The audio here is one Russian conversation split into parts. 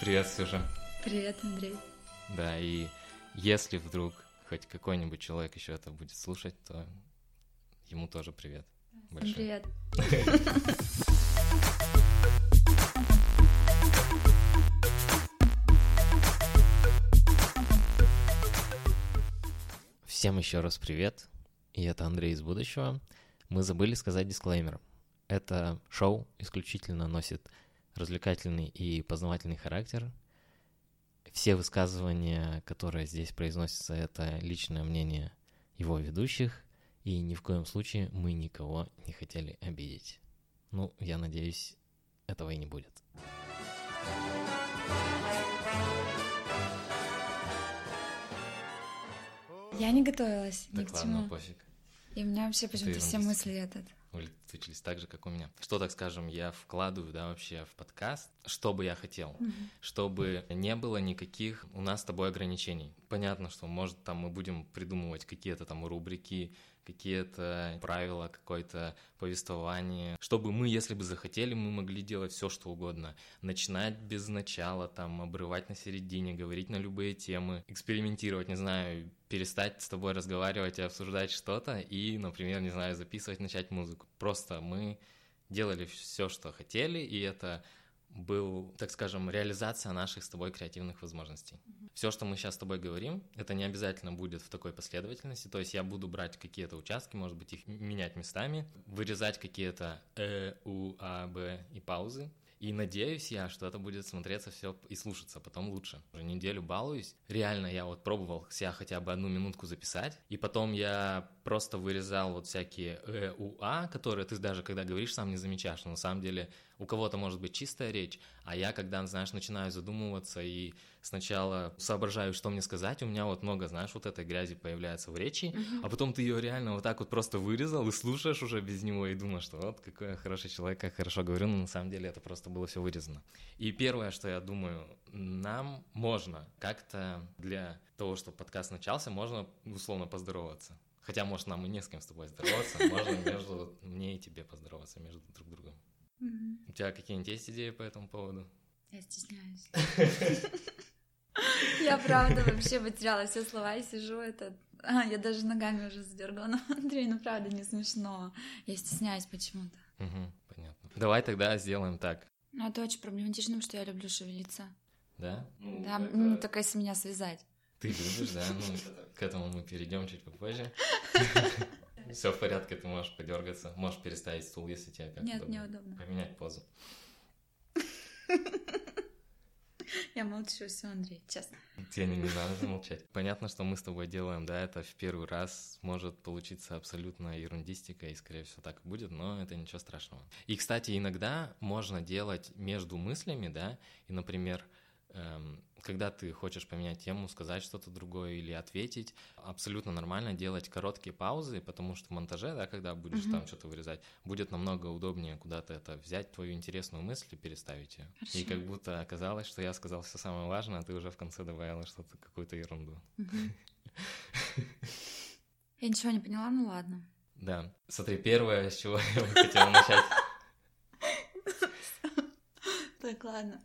Привет, Ксюша. Привет, Андрей. Да, и если вдруг хоть какой-нибудь человек еще это будет слушать, то ему тоже привет. Большой. Привет. Всем еще раз привет, и это Андрей из будущего. Мы забыли сказать дисклеймер. Это шоу исключительно носит развлекательный и познавательный характер. Все высказывания, которые здесь произносятся, это личное мнение его ведущих, и ни в коем случае мы никого не хотели обидеть. Ну, я надеюсь, этого и не будет. Я не готовилась ни Так к ладно, чему. пофиг. И у меня вообще почему-то все ерундистика. мысли этот. Улетучились так же, как у меня. Что, так скажем, я вкладываю, да, вообще в подкаст, что бы я хотел, чтобы не было никаких у нас с тобой ограничений. Понятно, что, может, там мы будем придумывать какие-то там рубрики, какие-то правила, какое-то повествование, чтобы мы, если бы захотели, мы могли делать все, что угодно. Начинать без начала, там, обрывать на середине, говорить на любые темы, экспериментировать, не знаю, перестать с тобой разговаривать и обсуждать что-то и, например, не знаю, записывать, начать музыку. Просто мы делали все, что хотели, и это был, так скажем, реализация наших с тобой креативных возможностей. Все, что мы сейчас с тобой говорим, это не обязательно будет в такой последовательности, то есть я буду брать какие-то участки, может быть, их менять местами, вырезать какие-то у, а, б и паузы, и надеюсь я, что это будет смотреться все и слушаться потом лучше. Уже неделю балуюсь. Реально я вот пробовал себя хотя бы 1 минутку записать, и потом я просто вырезал вот всякие у, а, которые ты даже когда говоришь, сам не замечаешь, но на самом деле у кого-то может быть чистая речь, а я, когда, знаешь, начинаю задумываться и сначала соображаю, что мне сказать, у меня вот много, знаешь, вот этой грязи появляется в речи, а потом ты ее реально вот так вот просто вырезал и слушаешь уже без него и думаешь, что вот какой я хороший человек, как хорошо говорю, но на самом деле это просто было все вырезано. И первое, что я думаю, нам можно как-то для того, чтобы подкаст начался, можно условно поздороваться. Хотя, может, нам и не с кем с тобой здороваться, можно между мне и тебе поздороваться между друг другом. У тебя какие-нибудь есть идеи по этому поводу? Я стесняюсь. Я правда вообще потеряла все слова и сижу я даже ногами уже задергала. Ну, Андрей, ну правда не смешно. Я стесняюсь почему-то. Понятно. Давай тогда сделаем так. Ну, это очень проблематично, потому что я люблю шевелиться. Да? Да, не только если меня связать. Ты любишь, да? Ну, к этому мы перейдем чуть попозже. Все в порядке, ты можешь подергаться, можешь переставить стул, если тебе как-то Нет, неудобно. Поменять позу. Я молчу, все, Андрей, честно. Тебе не надо замолчать. Понятно, что мы с тобой делаем, да, это в первый раз может получиться абсолютно ерундистика, и, скорее всего, так и будет, но это ничего страшного. И, кстати, иногда можно делать между мыслями, да, и, например, когда ты хочешь поменять тему, сказать что-то другое или ответить, абсолютно нормально делать короткие паузы, потому что в монтаже, да, когда будешь там что-то вырезать, будет намного удобнее куда-то это взять, твою интересную мысль и переставить ее. Хорошо. И как будто оказалось, что я сказал все самое важное, а ты уже в конце добавила что-то, какую-то ерунду. Я ничего не поняла, ну ладно. Да. Смотри, первое, с чего я бы хотел начать. Так, ладно.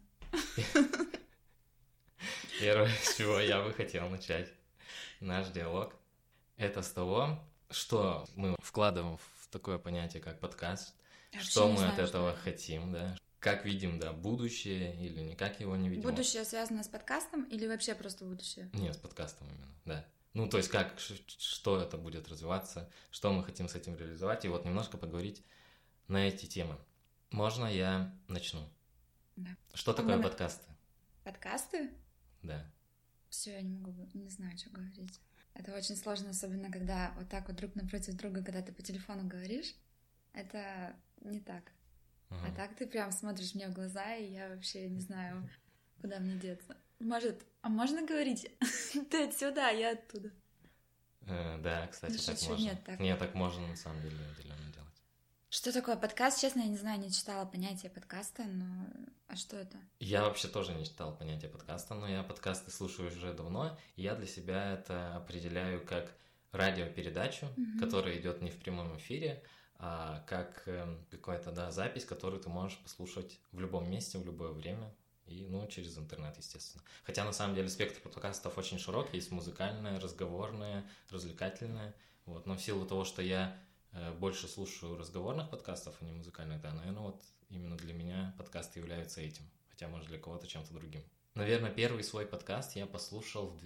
Первое, с чего я бы хотел начать наш диалог, это с того, что мы вкладываем в такое понятие, как подкаст, что мы от этого хотим, да, как видим, да, будущее или никак его не видим. Будущее связано с подкастом или вообще просто будущее? Нет, с подкастом именно, да. Ну, то есть как, что это будет развиваться, что мы хотим с этим реализовать, и вот немножко поговорить на эти темы. Можно я начну? Да. Что такое подкасты? Подкасты? Да. Все, я не могу, не знаю, что говорить. Это очень сложно, особенно когда вот так вот друг напротив друга, когда ты по телефону говоришь, это не так. А так ты прям смотришь мне в глаза, и я вообще не знаю, куда мне деться. А можно говорить? Ты отсюда, а я оттуда. Да, кстати, Ну, так шучу, можно. нет, так. Нет, так можно на самом деле отделенно делать. Что такое подкаст? Честно, я не знаю, не читала понятие подкаста, но... А что это? Я вообще тоже не читал понятие подкаста, но я подкасты слушаю уже давно, и я для себя это определяю как радиопередачу, которая идет не в прямом эфире, а как какая-то, да, запись, которую ты можешь послушать в любом месте, в любое время И, через интернет, естественно. Хотя, на самом деле, спектр подкастов очень широк. Есть музыкальное, разговорное, развлекательное. Вот. Но в силу того, что я больше слушаю разговорных подкастов, а не музыкальных, да, наверное, вот именно для меня подкасты являются этим. Хотя, может, для кого-то чем-то другим. Наверное, первый свой подкаст я послушал в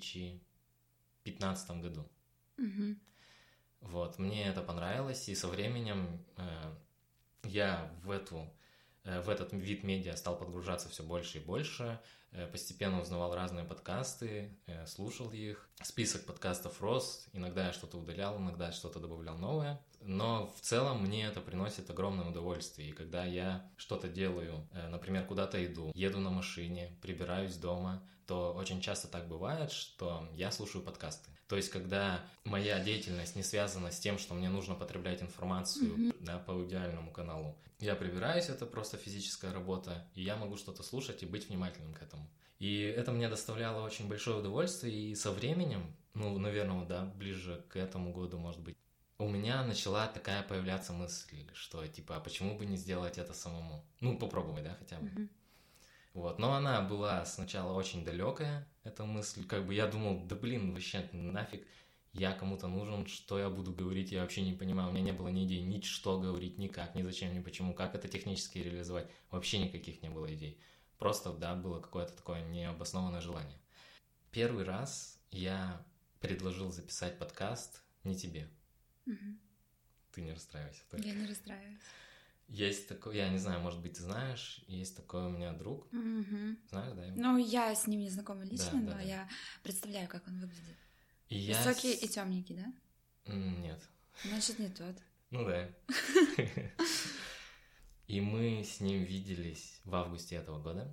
2015 году. Угу. Вот, мне это понравилось, и со временем я в этот вид медиа стал погружаться все больше и больше, постепенно узнавал разные подкасты, слушал их, список подкастов рос, иногда я что-то удалял, иногда я что-то добавлял новое, но в целом мне это приносит огромное удовольствие, и когда я что-то делаю, например, куда-то иду, еду на машине, прибираюсь дома, то очень часто так бывает, что я слушаю подкасты. То есть, когда моя деятельность не связана с тем, что мне нужно потреблять информацию да, по аудиальному каналу, я прибираюсь, это просто физическая работа, и я могу что-то слушать и быть внимательным к этому. И это мне доставляло очень большое удовольствие, и со временем, наверное, да, ближе к этому году, может быть, у меня начала такая появляться мысль, что, а почему бы не сделать это самому? Попробовать, да, хотя бы. Вот, но она была сначала очень далекая, эта мысль, я думал, вообще нафиг, я кому-то нужен, что я буду говорить, я вообще не понимаю, у меня не было ни идей, ни что говорить, никак, ни зачем, ни почему, как это технически реализовать, вообще никаких не было идей, просто, да, было какое-то такое необоснованное желание. Первый раз я предложил записать подкаст не тебе. Ты не расстраивайся. Только. Я не расстраиваюсь. Есть такой, я не знаю, может быть, ты знаешь, есть такой у меня друг. Знаешь, да? Я с ним не знакома лично, но я представляю, как он выглядит. Высокий и темненький, да? Нет. Значит, не тот. Да. И мы с ним виделись в августе этого года.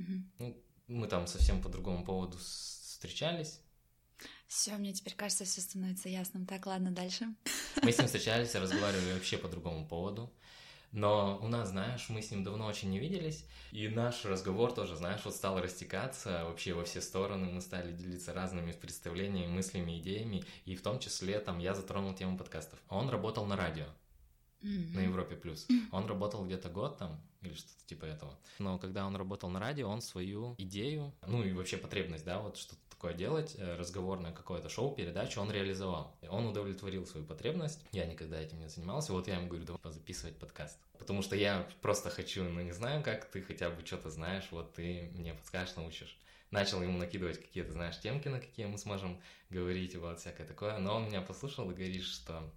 Мы там совсем по другому поводу встречались. Все, мне теперь кажется, все становится ясным. Так, ладно, дальше. Мы с ним встречались и разговаривали вообще по другому поводу. Но у нас, знаешь, мы с ним давно очень не виделись, и наш разговор тоже, знаешь, стал растекаться вообще во все стороны, мы стали делиться разными представлениями, мыслями, идеями, и в том числе там я затронул тему подкастов. Он работал на радио, на Европе+. Он работал где-то год там, или что-то типа этого. Но когда он работал на радио, он свою идею, и вообще потребность, да, что-то такое делать, разговорное какое-то шоу, передачу, он реализовал. Он удовлетворил свою потребность. Я никогда этим не занимался. Вот я ему говорю, давай записывать подкаст. Потому что я просто хочу, не знаю, как ты хотя бы что-то знаешь, вот ты мне подскажешь, научишь. Начал ему накидывать какие-то, знаешь, темки, на какие мы сможем говорить, вот всякое такое. Но он меня послушал и говорит, что...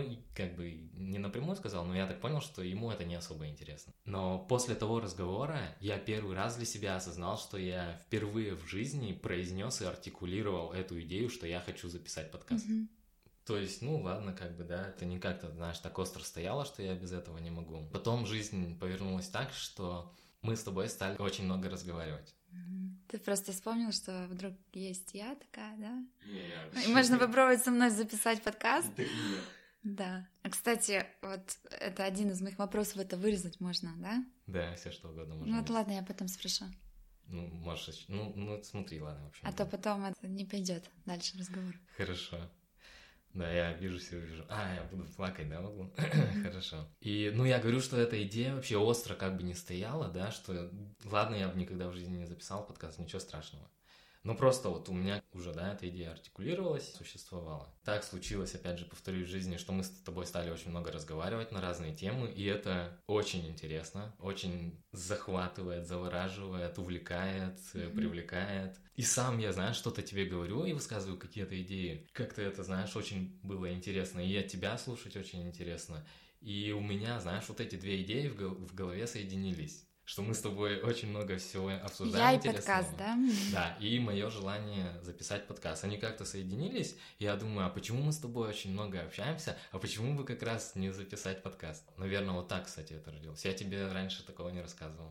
не напрямую сказал, но я так понял, что ему это не особо интересно. Но после того разговора я первый раз для себя осознал, что я впервые в жизни произнес и артикулировал эту идею, что я хочу записать подкаст. То есть, ладно, да, это не как-то, знаешь, так остро стояло, что я без этого не могу. Потом жизнь повернулась так, что мы с тобой стали очень много разговаривать. Ты просто вспомнил, что вдруг есть я такая, да? Нет. И можно попробовать со мной записать подкаст? Нет. Да. Кстати, вот это один из моих вопросов, это вырезать можно, да? Да, все что угодно можно. Ладно, я потом спрошу. Можешь, смотри, ладно, в общем. А то потом это не пойдет дальше разговор. Хорошо. Да, я вижу. Я буду плакать, да, могу? Хорошо. И, я говорю, что эта идея вообще остро не стояла, да, что, ладно, я бы никогда в жизни не записал подкаст, ничего страшного. Но просто у меня уже, да, эта идея артикулировалась, существовала. Так случилось, опять же, повторюсь, в жизни, что мы с тобой стали очень много разговаривать на разные темы, и это очень интересно, очень захватывает, завораживает, увлекает, привлекает. И сам я, знаешь, что-то тебе говорю и высказываю какие-то идеи. Как-то это, знаешь, очень было интересно, и от тебя слушать очень интересно. И у меня, знаешь, эти две идеи в голове соединились. Что мы с тобой очень много всего обсуждаем. Я и подкаст, да? Да, и мое желание записать подкаст. Они как-то соединились, и я думаю, а почему мы с тобой очень много общаемся, а почему бы как раз не записать подкаст? Наверное, вот так, кстати, это родилось. Я тебе раньше такого не рассказывал.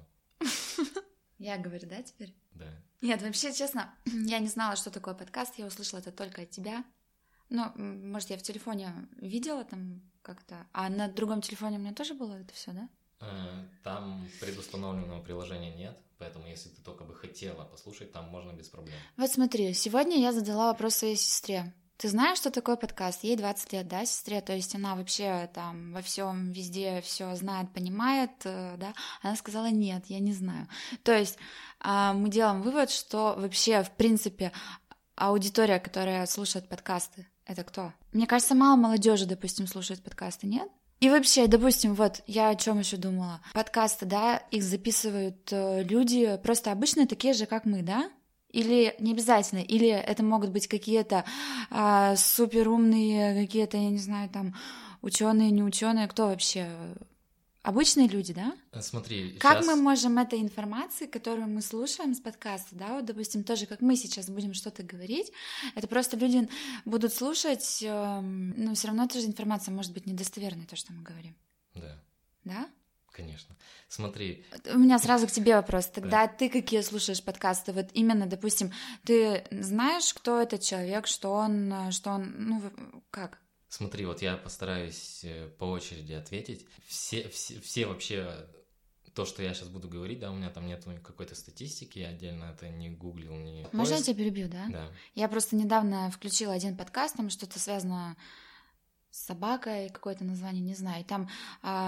Я говорю, да, теперь? Да. Нет, вообще, честно, я не знала, что такое подкаст, я услышала это только от тебя. Может, я в телефоне видела там как-то, а на другом телефоне у меня тоже было это все, да? Там предустановленного приложения нет, поэтому если ты только бы хотела послушать, там можно без проблем. Вот смотри, сегодня я задала вопрос своей сестре. Ты знаешь, что такое подкаст? Ей 20 лет, да, сестре? То есть она вообще там во всем везде все знает, понимает, да? Она сказала, нет, я не знаю. То есть мы делаем вывод, что вообще, в принципе, аудитория, которая слушает подкасты, это кто? Мне кажется, мало молодежи, допустим, слушает подкасты, нет? И вообще, допустим, вот я о чем еще думала. Подкасты, да, их записывают люди просто обычные, такие же, как мы, да? Или не обязательно, или это могут быть какие-то суперумные, какие-то, я не знаю, там, ученые, не ученые, кто вообще? Обычные люди, да? Смотри, как сейчас... мы можем этой информации, которую мы слушаем с подкаста, да, вот, допустим, тоже, как мы сейчас будем что-то говорить, это просто люди будут слушать, но все равно эта же информация может быть недостоверной, то, что мы говорим. Да. Да? Конечно. Смотри. У меня сразу к тебе вопрос. Тогда ты какие слушаешь подкасты? Вот именно, допустим, ты знаешь, кто этот человек, что он, ну, как? Смотри, вот я постараюсь по очереди ответить. Все вообще, то, что я сейчас буду говорить, да, у меня там нет какой-то статистики, я отдельно это не гуглил, не... Можно я тебя перебью, да? Да. Я просто недавно включила один подкаст, там что-то связано с собакой, какое-то название, не знаю. И там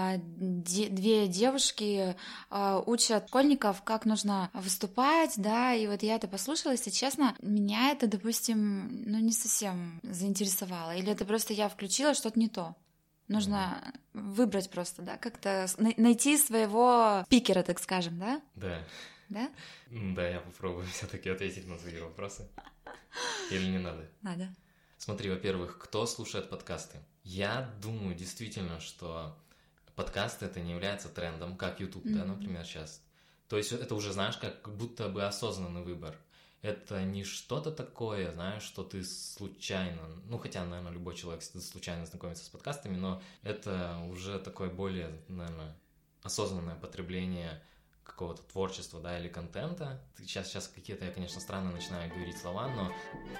две девушки учат школьников, как нужно выступать, да, и вот я это послушала, если честно, меня это, допустим, ну, не совсем заинтересовало. Или это просто я включила что-то не то. Нужно выбрать просто, да, как-то найти своего спикера, так скажем, да? Да. Да? Да, я попробую все-таки ответить на твои вопросы. Или не надо? Надо. Смотри, во-первых, кто слушает подкасты? Я думаю действительно, что подкасты это не является трендом, как YouTube, да, например, сейчас. То есть это уже, знаешь, как будто бы осознанный выбор. Это не что-то такое, знаешь, что ты случайно, ну, хотя, наверное, любой человек случайно знакомится с подкастами, но это уже такое более, наверное, осознанное потребление какого-то творчества, да, или контента. Сейчас какие-то, я, конечно, странно начинаю говорить слова, но...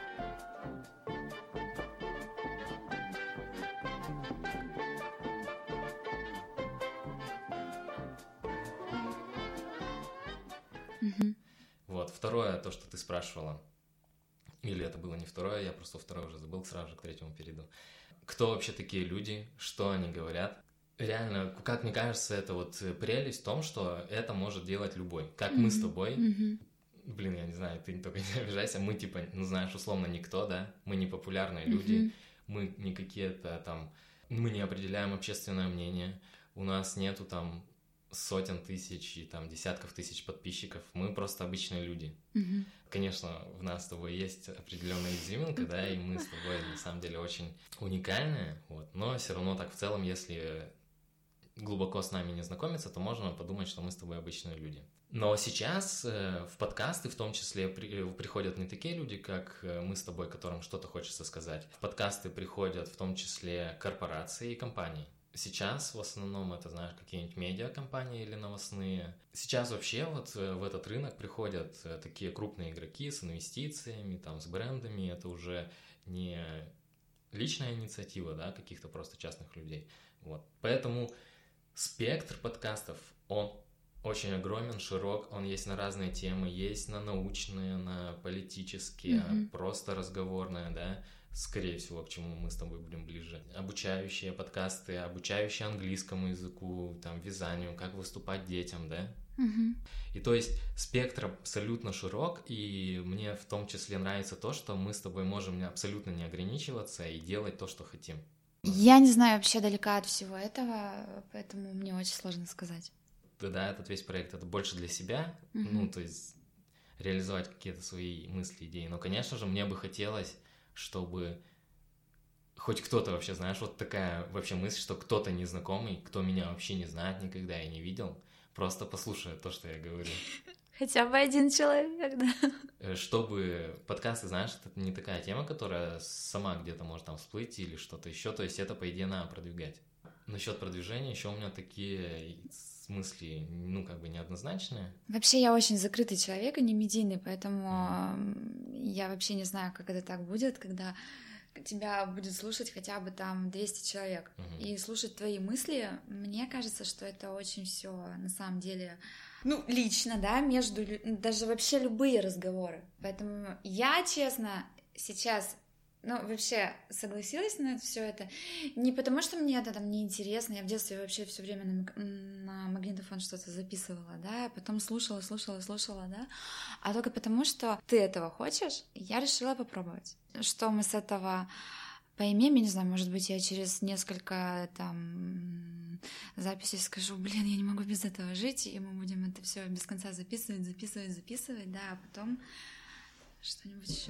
Вот, второе, то, что ты спрашивала, или это было не второе, я просто второе уже забыл, сразу же к третьему перейду. Кто вообще такие люди, что они говорят? Реально, как мне кажется, это вот прелесть в том, что это может делать любой. Как мы с тобой, блин, я не знаю, ты только не обижайся, мы типа, ну знаешь, условно никто, да? Мы не популярные люди, мы не какие-то там, мы не определяем общественное мнение, у нас нету там сотен тысяч и там десятков тысяч подписчиков, мы просто обычные люди. Конечно, в нас с тобой есть определенная изюминка, да, и мы с тобой на самом деле очень уникальные, вот, но все равно так в целом, если глубоко с нами не знакомиться, то можно подумать, что мы с тобой обычные люди. Но сейчас в подкасты в том числе приходят не такие люди, как мы с тобой, которым что-то хочется сказать. В подкасты приходят в том числе корпорации и компании. Сейчас в основном это, знаешь, какие-нибудь медиакомпании или новостные. Сейчас вообще вот в этот рынок приходят такие крупные игроки с инвестициями, там, с брендами. Это уже не личная инициатива, да, каких-то просто частных людей. Вот. Поэтому спектр подкастов, он очень огромен, широк, он есть на разные темы, есть на научные, на политические, просто разговорные, да, скорее всего, к чему мы с тобой будем ближе. Обучающие подкасты, обучающие английскому языку, там, вязанию, как выступать детям, да. И то есть спектр абсолютно широк, и мне в том числе нравится то, что мы с тобой можем абсолютно не ограничиваться и делать то, что хотим. Я не знаю, вообще далека от всего этого, поэтому мне очень сложно сказать. Да, этот весь проект, это больше для себя, ну, то есть реализовать какие-то свои мысли, идеи. Но, конечно же, мне бы хотелось, чтобы хоть кто-то вообще, знаешь, вот такая вообще мысль, что кто-то незнакомый, кто меня вообще не знает никогда и не видел, просто послушает то, что я говорю. Хотя бы один человек, да. Чтобы подкасты, знаешь, это не такая тема, которая сама где-то может там всплыть или что-то еще, то есть это, по идее, надо продвигать. Насчет продвижения еще у меня такие мысли, ну, как бы неоднозначные. Вообще я очень закрытый человек и не медийный, поэтому я вообще не знаю, как это так будет, когда тебя будет слушать хотя бы там 200 человек. И слушать твои мысли, мне кажется, что это очень все на самом деле, ну, лично, да, между, даже вообще любые разговоры. Поэтому я, честно, сейчас Ну, вообще, согласилась на все это. Не потому, что мне это там неинтересно. Я в детстве вообще все время на магнитофон что-то записывала, да, потом слушала, да. А только потому, что ты этого хочешь, я решила попробовать. Что мы с этого поймем, я не знаю, может быть, я через несколько там записей скажу, блин, я не могу без этого жить, и мы будем это все без конца записывать, да, а потом что-нибудь еще.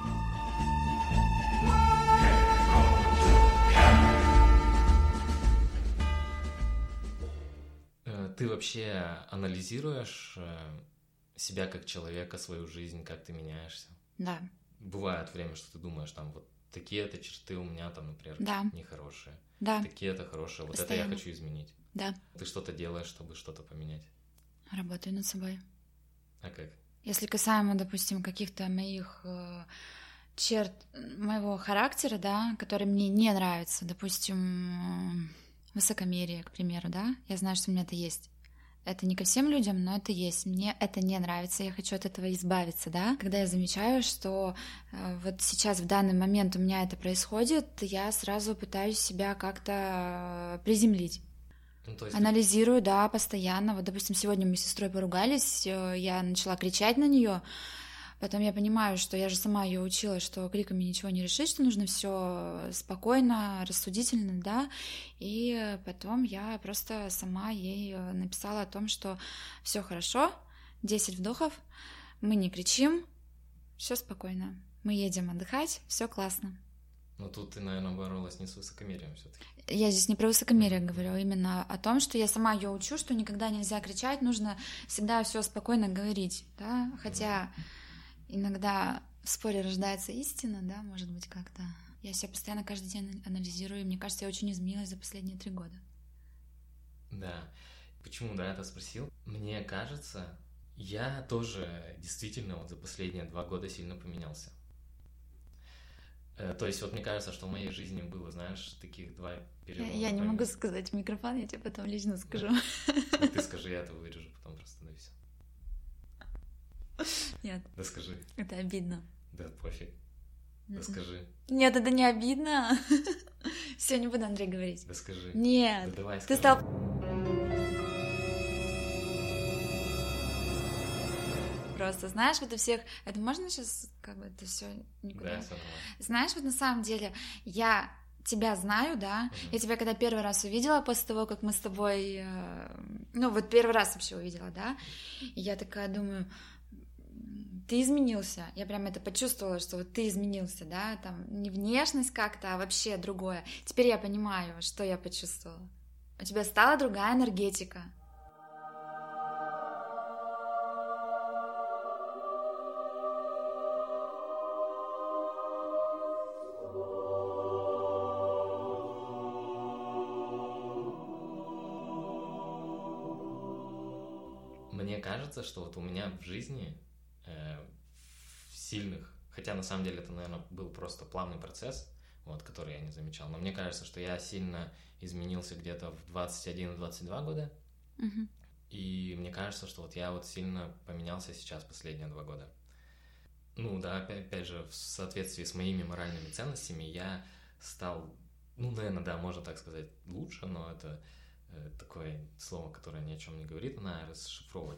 Ты вообще анализируешь себя как человека, свою жизнь, как ты меняешься? Да. Бывает время, что ты думаешь, там, вот такие-то черты у меня, там, например, да. нехорошие. Да. Такие-то хорошие. Вот постоянно. Это я хочу изменить. Да. Ты что-то делаешь, чтобы что-то поменять? Работаю над собой. А как? Если касаемо, допустим, каких-то моих черт моего характера, да, которые мне не нравятся, допустим, высокомерие, к примеру, да, я знаю, что у меня это есть. Это не ко всем людям, но это есть. Мне это не нравится, я хочу от этого избавиться, да. Когда я замечаю, что вот сейчас в данный момент у меня это происходит, я сразу пытаюсь себя как-то приземлить. Ну, то есть анализирую, да, постоянно. Вот, допустим, сегодня мы с сестрой поругались, я начала кричать на нее. Потом я понимаю, что я же сама ее учила, что криками ничего не решить, что нужно все спокойно, рассудительно, да. И потом я просто сама ей написала о том, что все хорошо, 10 вдохов, мы не кричим, все спокойно. Мы едем отдыхать, все классно. Но тут ты, наверное, боролась не с высокомерием все-таки. Я здесь не про высокомерие говорю, именно о том, что я сама ее учу, что никогда нельзя кричать, нужно всегда все спокойно говорить, да. Хотя иногда в споре рождается истина, да, может быть, как-то. Я себя постоянно каждый день анализирую, и мне кажется, я очень изменилась за последние 3 года. Да. Почему, да, это спросил? Мне кажется, я тоже действительно вот за последние 2 года сильно поменялся. То есть вот мне кажется, что в моей жизни было, знаешь, таких 2 перелома. Я не могу сказать в микрофон, я тебе потом лично скажу. Да. Ты скажи, я это вырежу потом просто, да и все. Нет. Да скажи. Это обидно. Да пофиг. Да скажи. Нет, это не обидно. Все, не буду, Андрей, говорить. Да скажи. Нет. Да давай Ты скажи. стал... Просто, знаешь, вот у всех... Это можно сейчас как бы это все никуда? Да, все нормально. Знаешь, вот на самом деле я тебя знаю, да, я тебя когда первый раз увидела после того, как мы с тобой, ну вот первый раз вообще увидела, да, и я такая думаю, ты изменился, я прям это почувствовала, что вот ты изменился, да, там не внешность как-то, а вообще другое. Теперь я понимаю, что я почувствовала. У тебя стала другая энергетика. Мне кажется, что вот у меня в жизни сильных, хотя на самом деле это, наверное, был просто плавный процесс, вот, который я не замечал, но мне кажется, что я сильно изменился где-то в 21-22 года, и мне кажется, что вот я вот сильно поменялся сейчас последние 2 года. Ну да, опять же, в соответствии с моими моральными ценностями я стал, ну, наверное, да, можно так сказать, лучше, но это такое слово, которое ни о чем не говорит, надо расшифровывать.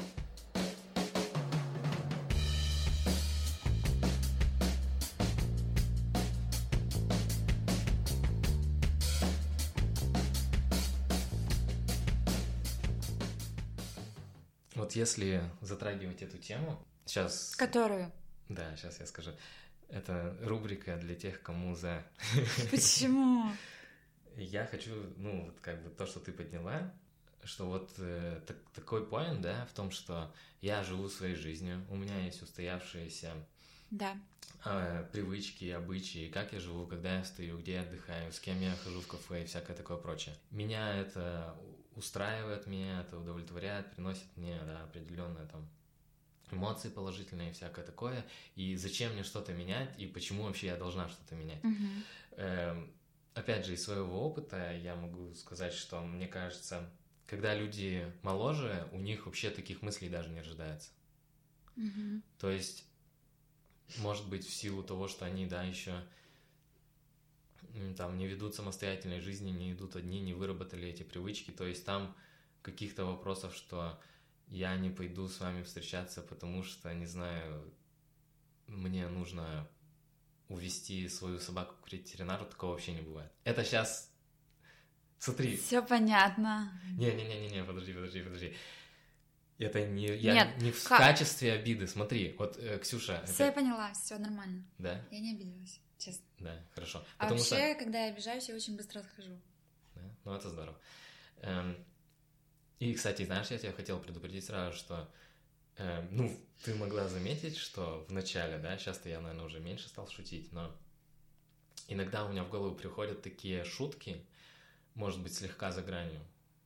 Вот если затрагивать эту тему, сейчас... Которую? Да, сейчас я скажу. Это рубрика для тех, кому за... Почему? Я хочу, ну, вот как бы то, что ты подняла, что вот такой поинт, да, в том, что я живу своей жизнью, у меня есть устоявшиеся привычки, обычаи, как я живу, когда я встаю, где я отдыхаю, с кем я хожу в кафе и всякое такое прочее. Меня это устраивает, меня это удовлетворяет, приносит мне, да, определенные там эмоции положительные и всякое такое. И зачем мне что-то менять, и почему вообще я должна что-то менять? Опять же, из своего опыта я могу сказать, что, мне кажется, когда люди моложе, у них вообще таких мыслей даже не рождается. То есть, может быть, в силу того, что они, да, еще там не ведут самостоятельной жизни, не идут одни, не выработали эти привычки, то есть там каких-то вопросов, что я не пойду с вами встречаться, потому что, не знаю, мне нужно увезти свою собаку к ветеринару, такого вообще не бывает. Это сейчас... Смотри. Все понятно. Не, подожди. Это не я не в качестве обиды. Смотри, вот Ксюша. Все, я поняла, все нормально. Да? Я не обиделась, честно. Да, хорошо. А вообще, когда я обижаюсь, я очень быстро отхожу. Да? Ну, это здорово. И, кстати, знаешь, я тебя хотел предупредить сразу, что ты могла заметить, что в начале, да, сейчас-то я, наверное, уже меньше стал шутить, но иногда у меня в голову приходят такие шутки, может быть, слегка за гранью.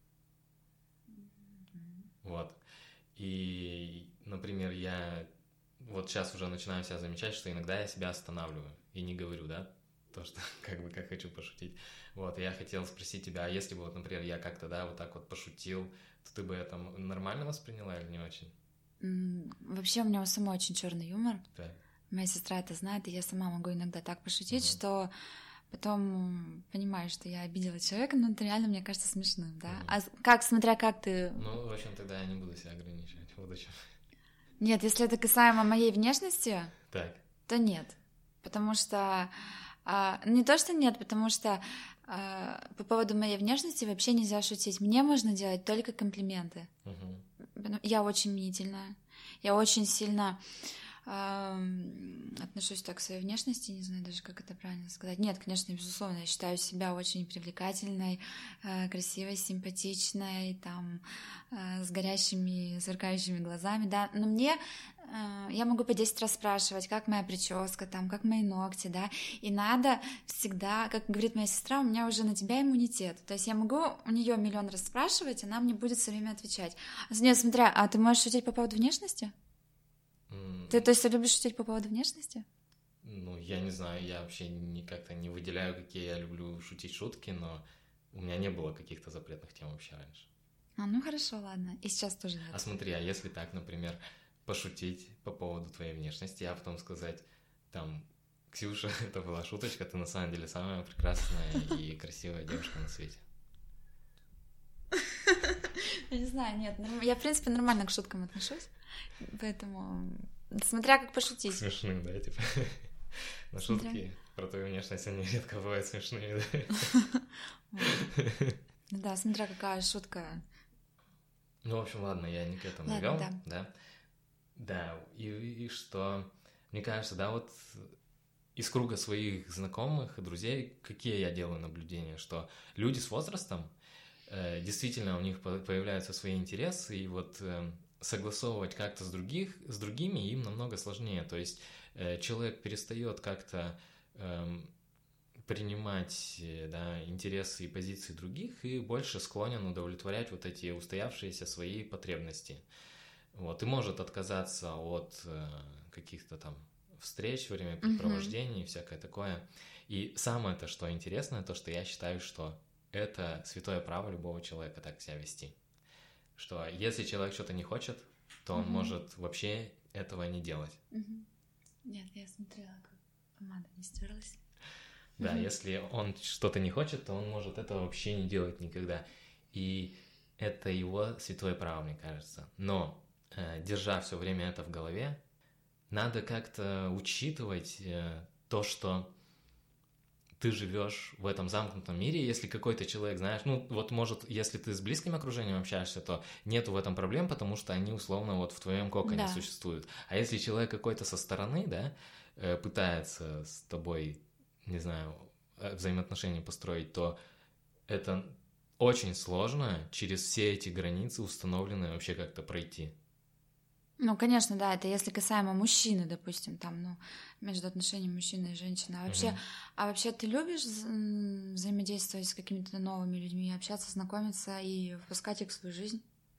Вот. И, например, я вот сейчас уже начинаю себя замечать, что иногда я себя останавливаю и не говорю, да, то, что как хочу пошутить. Вот, и я хотел спросить тебя, а если бы, вот, например, я как-то, да, вот так вот пошутил, то ты бы это нормально восприняла или не очень? Вообще у меня у самой очень черный юмор. Да. Моя сестра это знает, и я сама могу иногда так пошутить, что потом понимаю, что я обидела человека, но это реально, мне кажется, смешным, да? А смотря как ты... Ну, в общем, тогда я не буду себя ограничивать в будущем. Нет, если это касаемо моей внешности, так. То нет. Потому что... не то, что нет, потому что по поводу моей внешности вообще нельзя шутить. Мне можно делать только комплименты. Я очень мнительная. Я очень сильно... отношусь так к своей внешности, не знаю даже, как это правильно сказать. Нет, конечно, безусловно, я считаю себя очень привлекательной, красивой, симпатичной, там, с горящими, сверкающими глазами, да, но я могу по 10 раз спрашивать, как моя прическа, там, как мои ногти, да, и надо всегда, как говорит моя сестра, у меня уже на тебя иммунитет, то есть я могу у нее миллион раз спрашивать, она мне будет все время отвечать. Нет, смотря, а ты можешь шутить по поводу внешности? Ты, то есть, ты любишь шутить по поводу внешности? Ну, я не знаю, я вообще как-то не выделяю, какие я люблю шутить шутки, но у меня не было каких-то запретных тем вообще раньше. Ну хорошо, ладно, и сейчас тоже нет. А смотри, а если так, например, пошутить по поводу твоей внешности, а потом сказать, там, Ксюша, это была шуточка, ты на самом деле самая прекрасная и красивая девушка на свете. Я не знаю, нет, я, в принципе, нормально к шуткам отношусь, поэтому... Смотря как пошутить. Смешным, да, типа? На шутки про твою внешность, они редко бывают смешными, да? Да, смотря какая шутка. Ну, в общем, ладно, я не к этому вел, да? Да, и что, мне кажется, да, вот из круга своих знакомых и друзей, какие я делаю наблюдения, что люди с возрастом, действительно, у них появляются свои интересы, и вот... согласовывать как-то с другими им намного сложнее. То есть человек перестает как-то принимать интересы и позиции других и больше склонен удовлетворять вот эти устоявшиеся свои потребности. Вот, и может отказаться от каких-то там встреч, времяпрепровождений и всякое такое. И самое-то, что интересное, то, что я считаю, что это святое право любого человека так себя вести. Что если человек что-то не хочет, то он может вообще этого не делать. Нет, я смотрела, как помада не стерлась. Да, если он что-то не хочет, то он может этого вообще не делать никогда. И это его святое право, мне кажется. Но, держа все время это в голове, надо как-то учитывать то, что ты живешь в этом замкнутом мире, если какой-то человек, знаешь, ну вот может, если ты с близким окружением общаешься, то нету в этом проблем, потому что они условно вот в твоем коконе существуют. А если человек какой-то со стороны, да, пытается с тобой, не знаю, взаимоотношения построить, то это очень сложно через все эти границы установленные вообще как-то пройти. Ну, конечно, да, это если касаемо мужчины, допустим, там, между отношениями мужчины и женщины. А вообще ты любишь взаимодействовать с какими-то новыми людьми, общаться, знакомиться и впускать их в свою жизнь?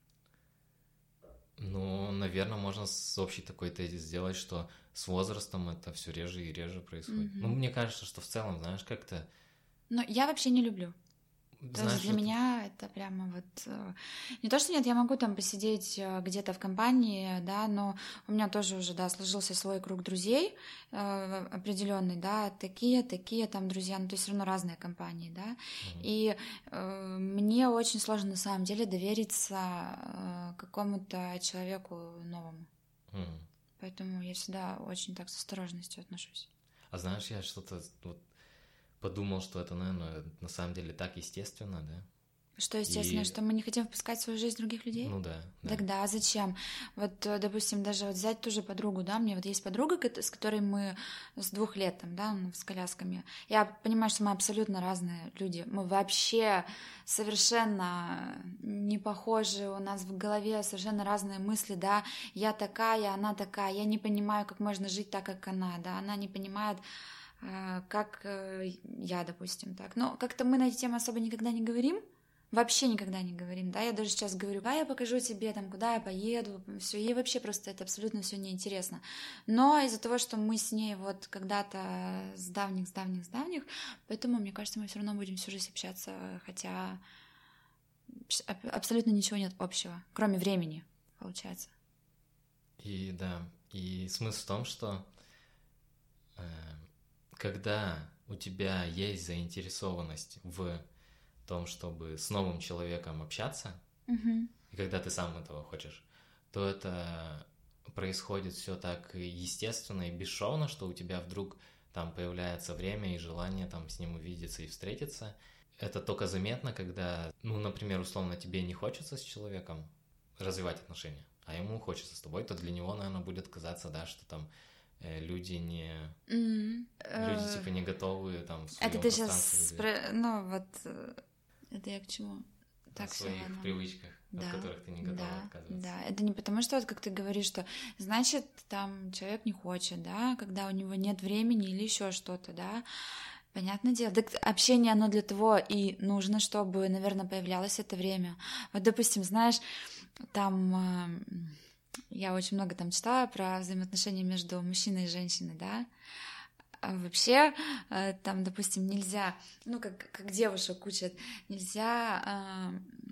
Ну, наверное, можно с общей такой тезис сделать, что с возрастом это все реже и реже происходит. Ну, мне кажется, что в целом, знаешь, как-то... Но я вообще не люблю. То есть для меня это прямо вот... Не то, что нет, я могу там посидеть где-то в компании, да, но у меня тоже уже, да, сложился свой круг друзей определенный, да, такие там друзья, но то есть все равно разные компании, да, и мне очень сложно на самом деле довериться какому-то человеку новому. Поэтому я всегда очень так с осторожностью отношусь. А знаешь, я что-то вот подумал, что это, наверное, на самом деле так естественно, да? Что естественно, что мы не хотим впускать в свою жизнь других людей? Ну да. Тогда зачем? Вот, допустим, даже вот взять ту же подругу, да, у меня вот есть подруга, с которой мы с 2 лет там, да, с колясками. Я понимаю, что мы абсолютно разные люди. Мы вообще совершенно не похожи, у нас в голове совершенно разные мысли, да. Я такая, она такая, я не понимаю, как можно жить так, как она, да, она не понимает, как я, допустим, так. Но как-то мы на эти темы особо никогда не говорим. Вообще никогда не говорим, да, я даже сейчас говорю, я покажу тебе, там, куда я поеду, все, ей вообще просто это абсолютно все неинтересно. Но из-за того, что мы с ней вот когда-то с давних, поэтому, мне кажется, мы все равно будем всю жизнь общаться, хотя абсолютно ничего нет общего, кроме времени, получается. И да, и смысл в том, что когда у тебя есть заинтересованность в том, чтобы с новым человеком общаться, и когда ты сам этого хочешь, то это происходит все так естественно и бесшовно, что у тебя вдруг там появляется время и желание там с ним увидеться и встретиться. Это только заметно, когда, ну, например, условно, тебе не хочется с человеком развивать отношения, а ему хочется с тобой, то для него, наверное, будет казаться, да, что там люди не... Люди, типа, не готовы там в своем это ты сейчас... Ну, вот... Это я к чему? Так, в своих привычках, от которых ты не готова отказываться. Да, это не потому, что, вот как ты говоришь, что, значит, там человек не хочет, да, когда у него нет времени или еще что-то, да, понятное дело. Так общение, оно для того и нужно, чтобы, наверное, появлялось это время. Вот, допустим, знаешь, там... Я очень много там читала про взаимоотношения между мужчиной и женщиной, да. А вообще, там, допустим, нельзя, ну, как девушек учат, нельзя,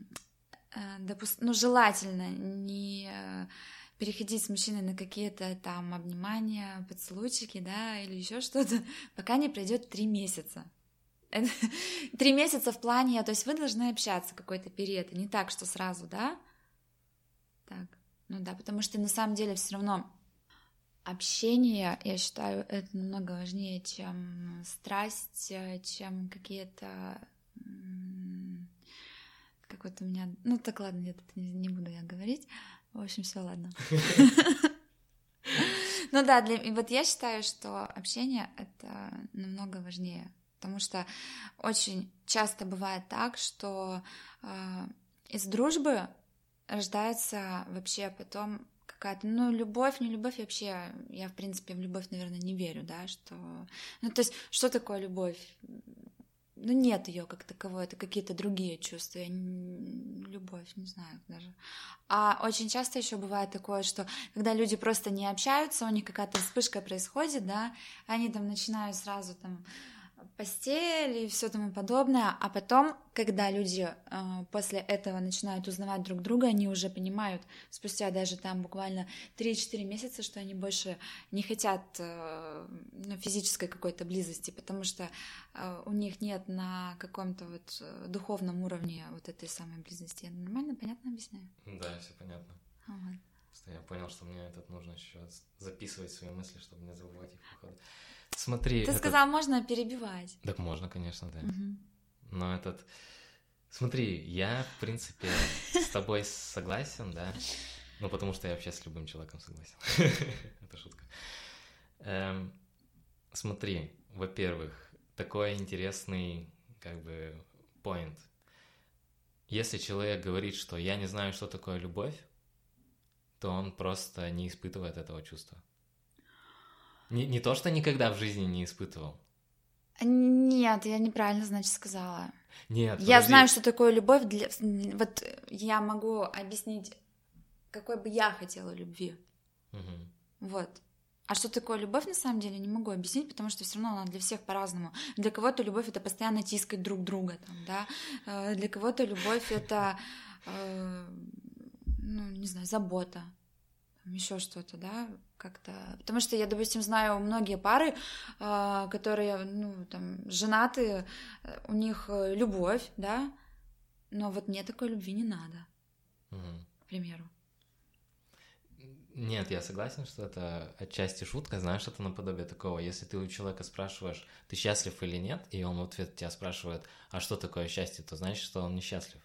желательно не переходить с мужчиной на какие-то там обнимания, поцелуйчики, да, или еще что-то, пока не пройдет 3 месяца. 3 месяца в плане, то есть вы должны общаться какой-то период, и не так, что сразу, да? Так, ну да, потому что на самом деле все равно общение, я считаю, это намного важнее, чем страсть, чем какие-то... Как вот у меня... Ну так ладно, нет, это не буду я говорить. В общем, все, ладно. Ну да, вот я считаю, что общение — это намного важнее, потому что очень часто бывает так, что из дружбы рождается вообще потом какая-то, ну, любовь, не любовь, вообще, я, в принципе, в любовь, наверное, не верю, да, что... Ну, то есть, что такое любовь? Ну, нет ее как таковой, это какие-то другие чувства, любовь, не знаю даже. А очень часто еще бывает такое, что когда люди просто не общаются, у них какая-то вспышка происходит, да, они там начинают сразу там постель и все тому подобное, а потом, когда люди после этого начинают узнавать друг друга, они уже понимают, спустя даже там буквально 3-4 месяца, что они больше не хотят физической какой-то близости, потому что у них нет на каком-то вот духовном уровне вот этой самой близости. Я нормально, понятно объясняю? Да, все понятно. Вот. Я понял, что мне тут нужно еще записывать свои мысли, чтобы не забывать их, походу. Смотри, ты сказал, можно перебивать. Так можно, конечно, да. Но смотри, я, в принципе, с тобой согласен, да, ну, потому что я вообще с любым человеком согласен. Это шутка. Смотри, во-первых, такой интересный, как бы, point. Если человек говорит, что я не знаю, что такое любовь, то он просто не испытывает этого чувства. Не то, что никогда в жизни не испытывал. Нет, я неправильно, значит, сказала. Нет, я знаю, что такое любовь. Вот я могу объяснить, какой бы я хотела любви. Вот. А что такое любовь, на самом деле, не могу объяснить, потому что все равно она для всех по-разному. Для кого-то любовь — это постоянно тискать друг друга, там, да? Для кого-то любовь — это, ну, не знаю, забота, еще что-то, да, как-то. Потому что я, допустим, знаю многие пары, которые, ну, там, женатые, у них любовь, да, но вот мне такой любви не надо, к примеру. Нет, я согласен, что это отчасти шутка, знаешь, это наподобие такого, если ты у человека спрашиваешь, ты счастлив или нет, и он в ответ тебя спрашивает, а что такое счастье, то значит, что он несчастлив.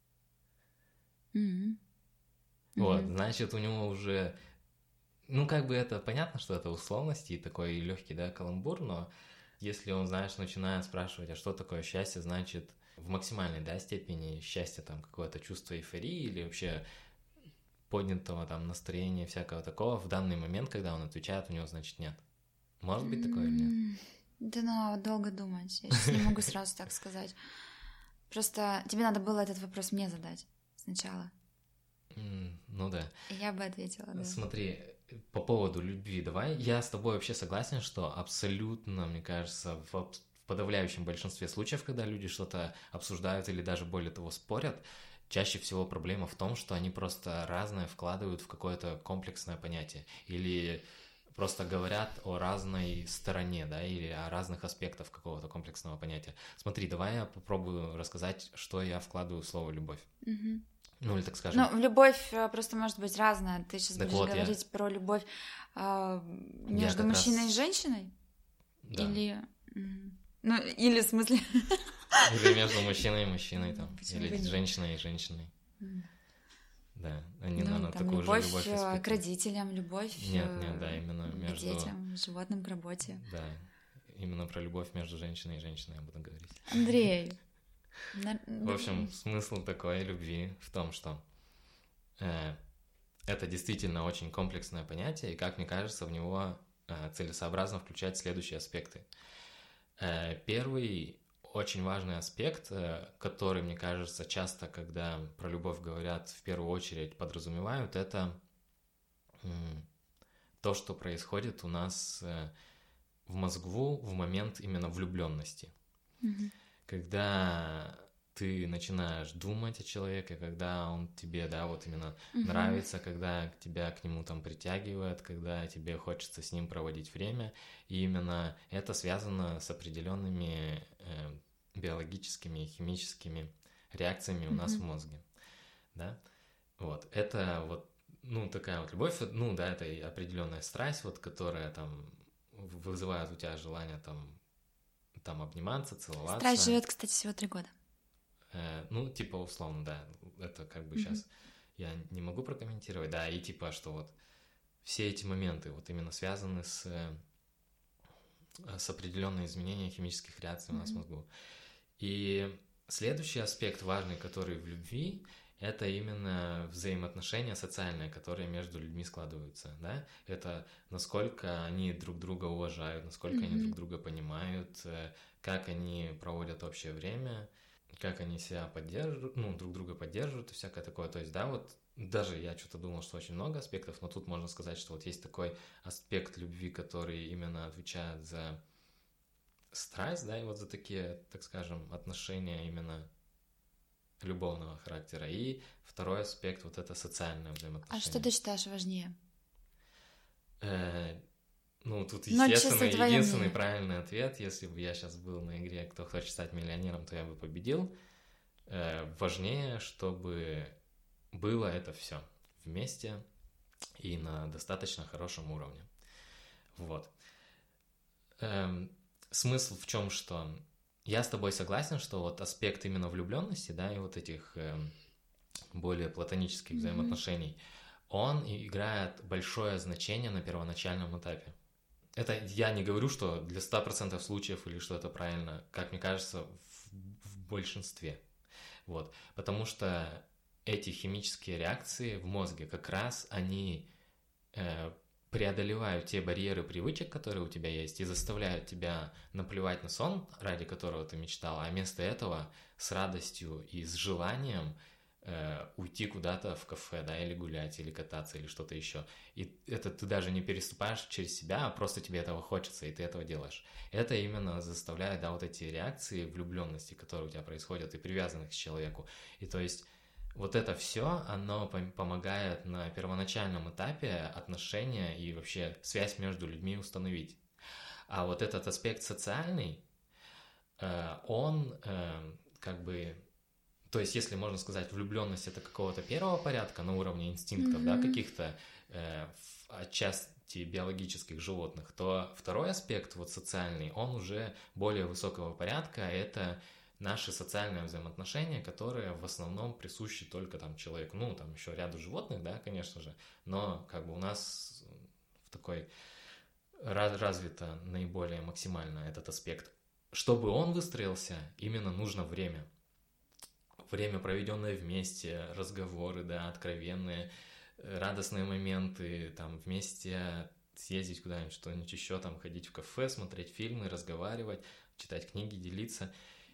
Вот, значит, у него уже, ну, как бы это понятно, что это условности и такой легкий, да, каламбур, но если он, знаешь, начинает спрашивать, а что такое счастье, значит, в максимальной, да, степени счастья, там, какое-то чувство эйфории или вообще поднятого там настроения, всякого такого, в данный момент, когда он отвечает, у него, значит, нет. Может быть такое или нет? Да, ну, долго думать. Я сейчас не могу сразу так сказать. Просто тебе надо было этот вопрос мне задать сначала. Ну да. И я бы ответила, да. Смотри, по поводу любви, давай, я с тобой вообще согласен, что абсолютно, мне кажется, в подавляющем большинстве случаев, когда люди что-то обсуждают или даже более того спорят, чаще всего проблема в том, что они просто разное вкладывают в какое-то комплексное понятие или просто говорят о разной стороне, да, или о разных аспектах какого-то комплексного понятия. Смотри, давай я попробую рассказать, что я вкладываю в слово «любовь». Ну, или так скажем. Ну, любовь просто может быть разная. Ты сейчас будешь говорить про любовь между мужчиной и женщиной? Да. Или... Ну, или в смысле... Или между мужчиной и мужчиной, там. Или женщиной и женщиной. Да, они, наверное, такую же любовь испытывают. К родителям, любовь Нет, да, именно к между... детям, животным, к работе. Да, именно про любовь между женщиной и женщиной я буду говорить. Андрей. В общем, смысл такой любви в том, что это действительно очень комплексное понятие, и, как мне кажется, в него целесообразно включать следующие аспекты. Первый очень важный аспект, который, мне кажется, часто, когда про любовь говорят, в первую очередь подразумевают, это то, что происходит у нас в мозгу в момент именно влюбленности. Когда ты начинаешь думать о человеке, когда он тебе, да, вот именно нравится, когда тебя к нему там притягивает, когда тебе хочется с ним проводить время, и именно это связано с определенными биологическими и химическими реакциями у нас в мозге, да, вот, это вот, ну, такая вот любовь, ну, да, это и определенная страсть, вот, которая там вызывает у тебя желание там обниматься, целоваться. Страсть живет, кстати, всего 3 года. Ну, типа, условно, да, это как бы сейчас я не могу прокомментировать, да, и типа, что вот все эти моменты вот именно связаны с определенными изменениями химических реакций у нас в мозгу. И следующий аспект важный, который в любви, это именно взаимоотношения социальные, которые между людьми складываются, да, это насколько они друг друга уважают, насколько они друг друга понимают, как они проводят общее время, как они себя поддерживают, ну, друг друга поддерживают и всякое такое, то есть, да, вот даже я что-то думал, что очень много аспектов, но тут можно сказать, что вот есть такой аспект любви, который именно отвечает за страсть, да, и вот за такие, так скажем, отношения именно любовного характера. И второй аспект, вот это социальное взаимоотношение. А что ты считаешь важнее? Ну, тут, естественно, единственный правильный ответ, если бы я сейчас был на игре «Кто хочет стать миллионером», то я бы победил. Важнее, чтобы было это все вместе и на достаточно хорошем уровне. Вот. Смысл в чем, что я с тобой согласен, что вот аспект именно влюбленности, да, и вот этих более платонических взаимоотношений, он играет большое значение на первоначальном этапе. Это я не говорю, что для 100% случаев или что это правильно, как мне кажется, в большинстве. Вот. Потому что эти химические реакции в мозге как раз они преодолевают те барьеры привычек, которые у тебя есть, и заставляют тебя наплевать на сон, ради которого ты мечтал, а вместо этого с радостью и с желанием уйти куда-то в кафе, да, или гулять, или кататься, или что-то еще. И это ты даже не переступаешь через себя, а просто тебе этого хочется, и ты этого делаешь. Это именно заставляет, да, вот эти реакции влюбленности, которые у тебя происходят, и привязанных к человеку. И то есть вот это все, оно помогает на первоначальном этапе отношения и вообще связь между людьми установить. А вот этот аспект социальный, он как бы... То есть, если можно сказать, влюбленность это какого-то первого порядка на уровне инстинктов, да, каких-то отчасти биологических животных, то второй аспект, вот социальный, он уже более высокого порядка, это наши социальные взаимоотношения, которые в основном присущи только там человеку, ну, там еще ряду животных, да, конечно же, но как бы у нас в такой развито наиболее максимально этот аспект. Чтобы он выстроился, именно нужно время. Время, проведенное вместе, разговоры, да, откровенные, радостные моменты, там, вместе съездить куда-нибудь, что-нибудь еще, там, ходить в кафе, смотреть фильмы, разговаривать, читать книги, делиться,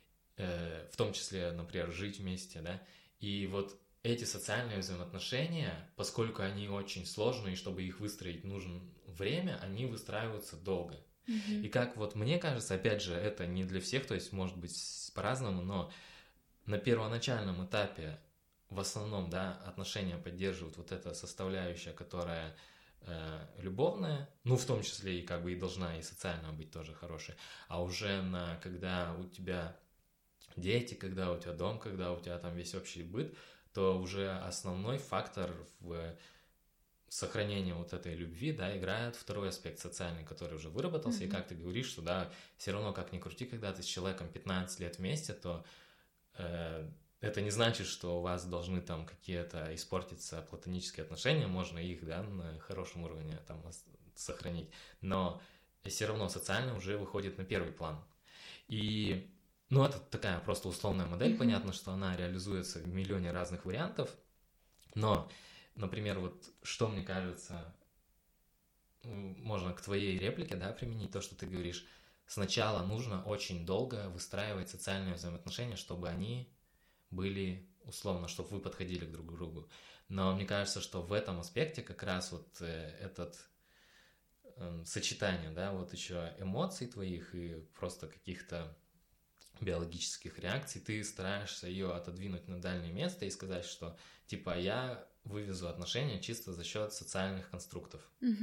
в том числе, например, жить вместе, да, и вот эти социальные взаимоотношения, поскольку они очень сложные, и чтобы их выстроить нужно время, они выстраиваются долго. И как вот мне кажется, опять же, это не для всех, то есть может быть по-разному, но на первоначальном этапе в основном, да, отношения поддерживают вот эта составляющая, которая любовная, ну, в том числе и как бы и должна и социально быть тоже хорошей, а уже когда у тебя дети, когда у тебя дом, когда у тебя там весь общий быт, то уже основной фактор в сохранении вот этой любви, да, играет второй аспект социальный, который уже выработался, и как ты говоришь, что, да, все равно, как ни крути, когда ты с человеком 15 лет вместе, то это не значит, что у вас должны там какие-то испортиться платонические отношения, можно их, да, на хорошем уровне там сохранить, но все равно социально уже выходит на первый план. И, ну, это такая просто условная модель, понятно, что она реализуется в миллионе разных вариантов, но, например, вот что мне кажется, можно к твоей реплике, да, применить то, что ты говоришь. Сначала нужно очень долго выстраивать социальные взаимоотношения, чтобы они были, условно, чтобы вы подходили друг к другу. Но мне кажется, что в этом аспекте как раз вот этот сочетание, да, вот еще эмоций твоих и просто каких-то биологических реакций, ты стараешься ее отодвинуть на дальнее место и сказать, что типа я вывезу отношения чисто за счет социальных конструктов.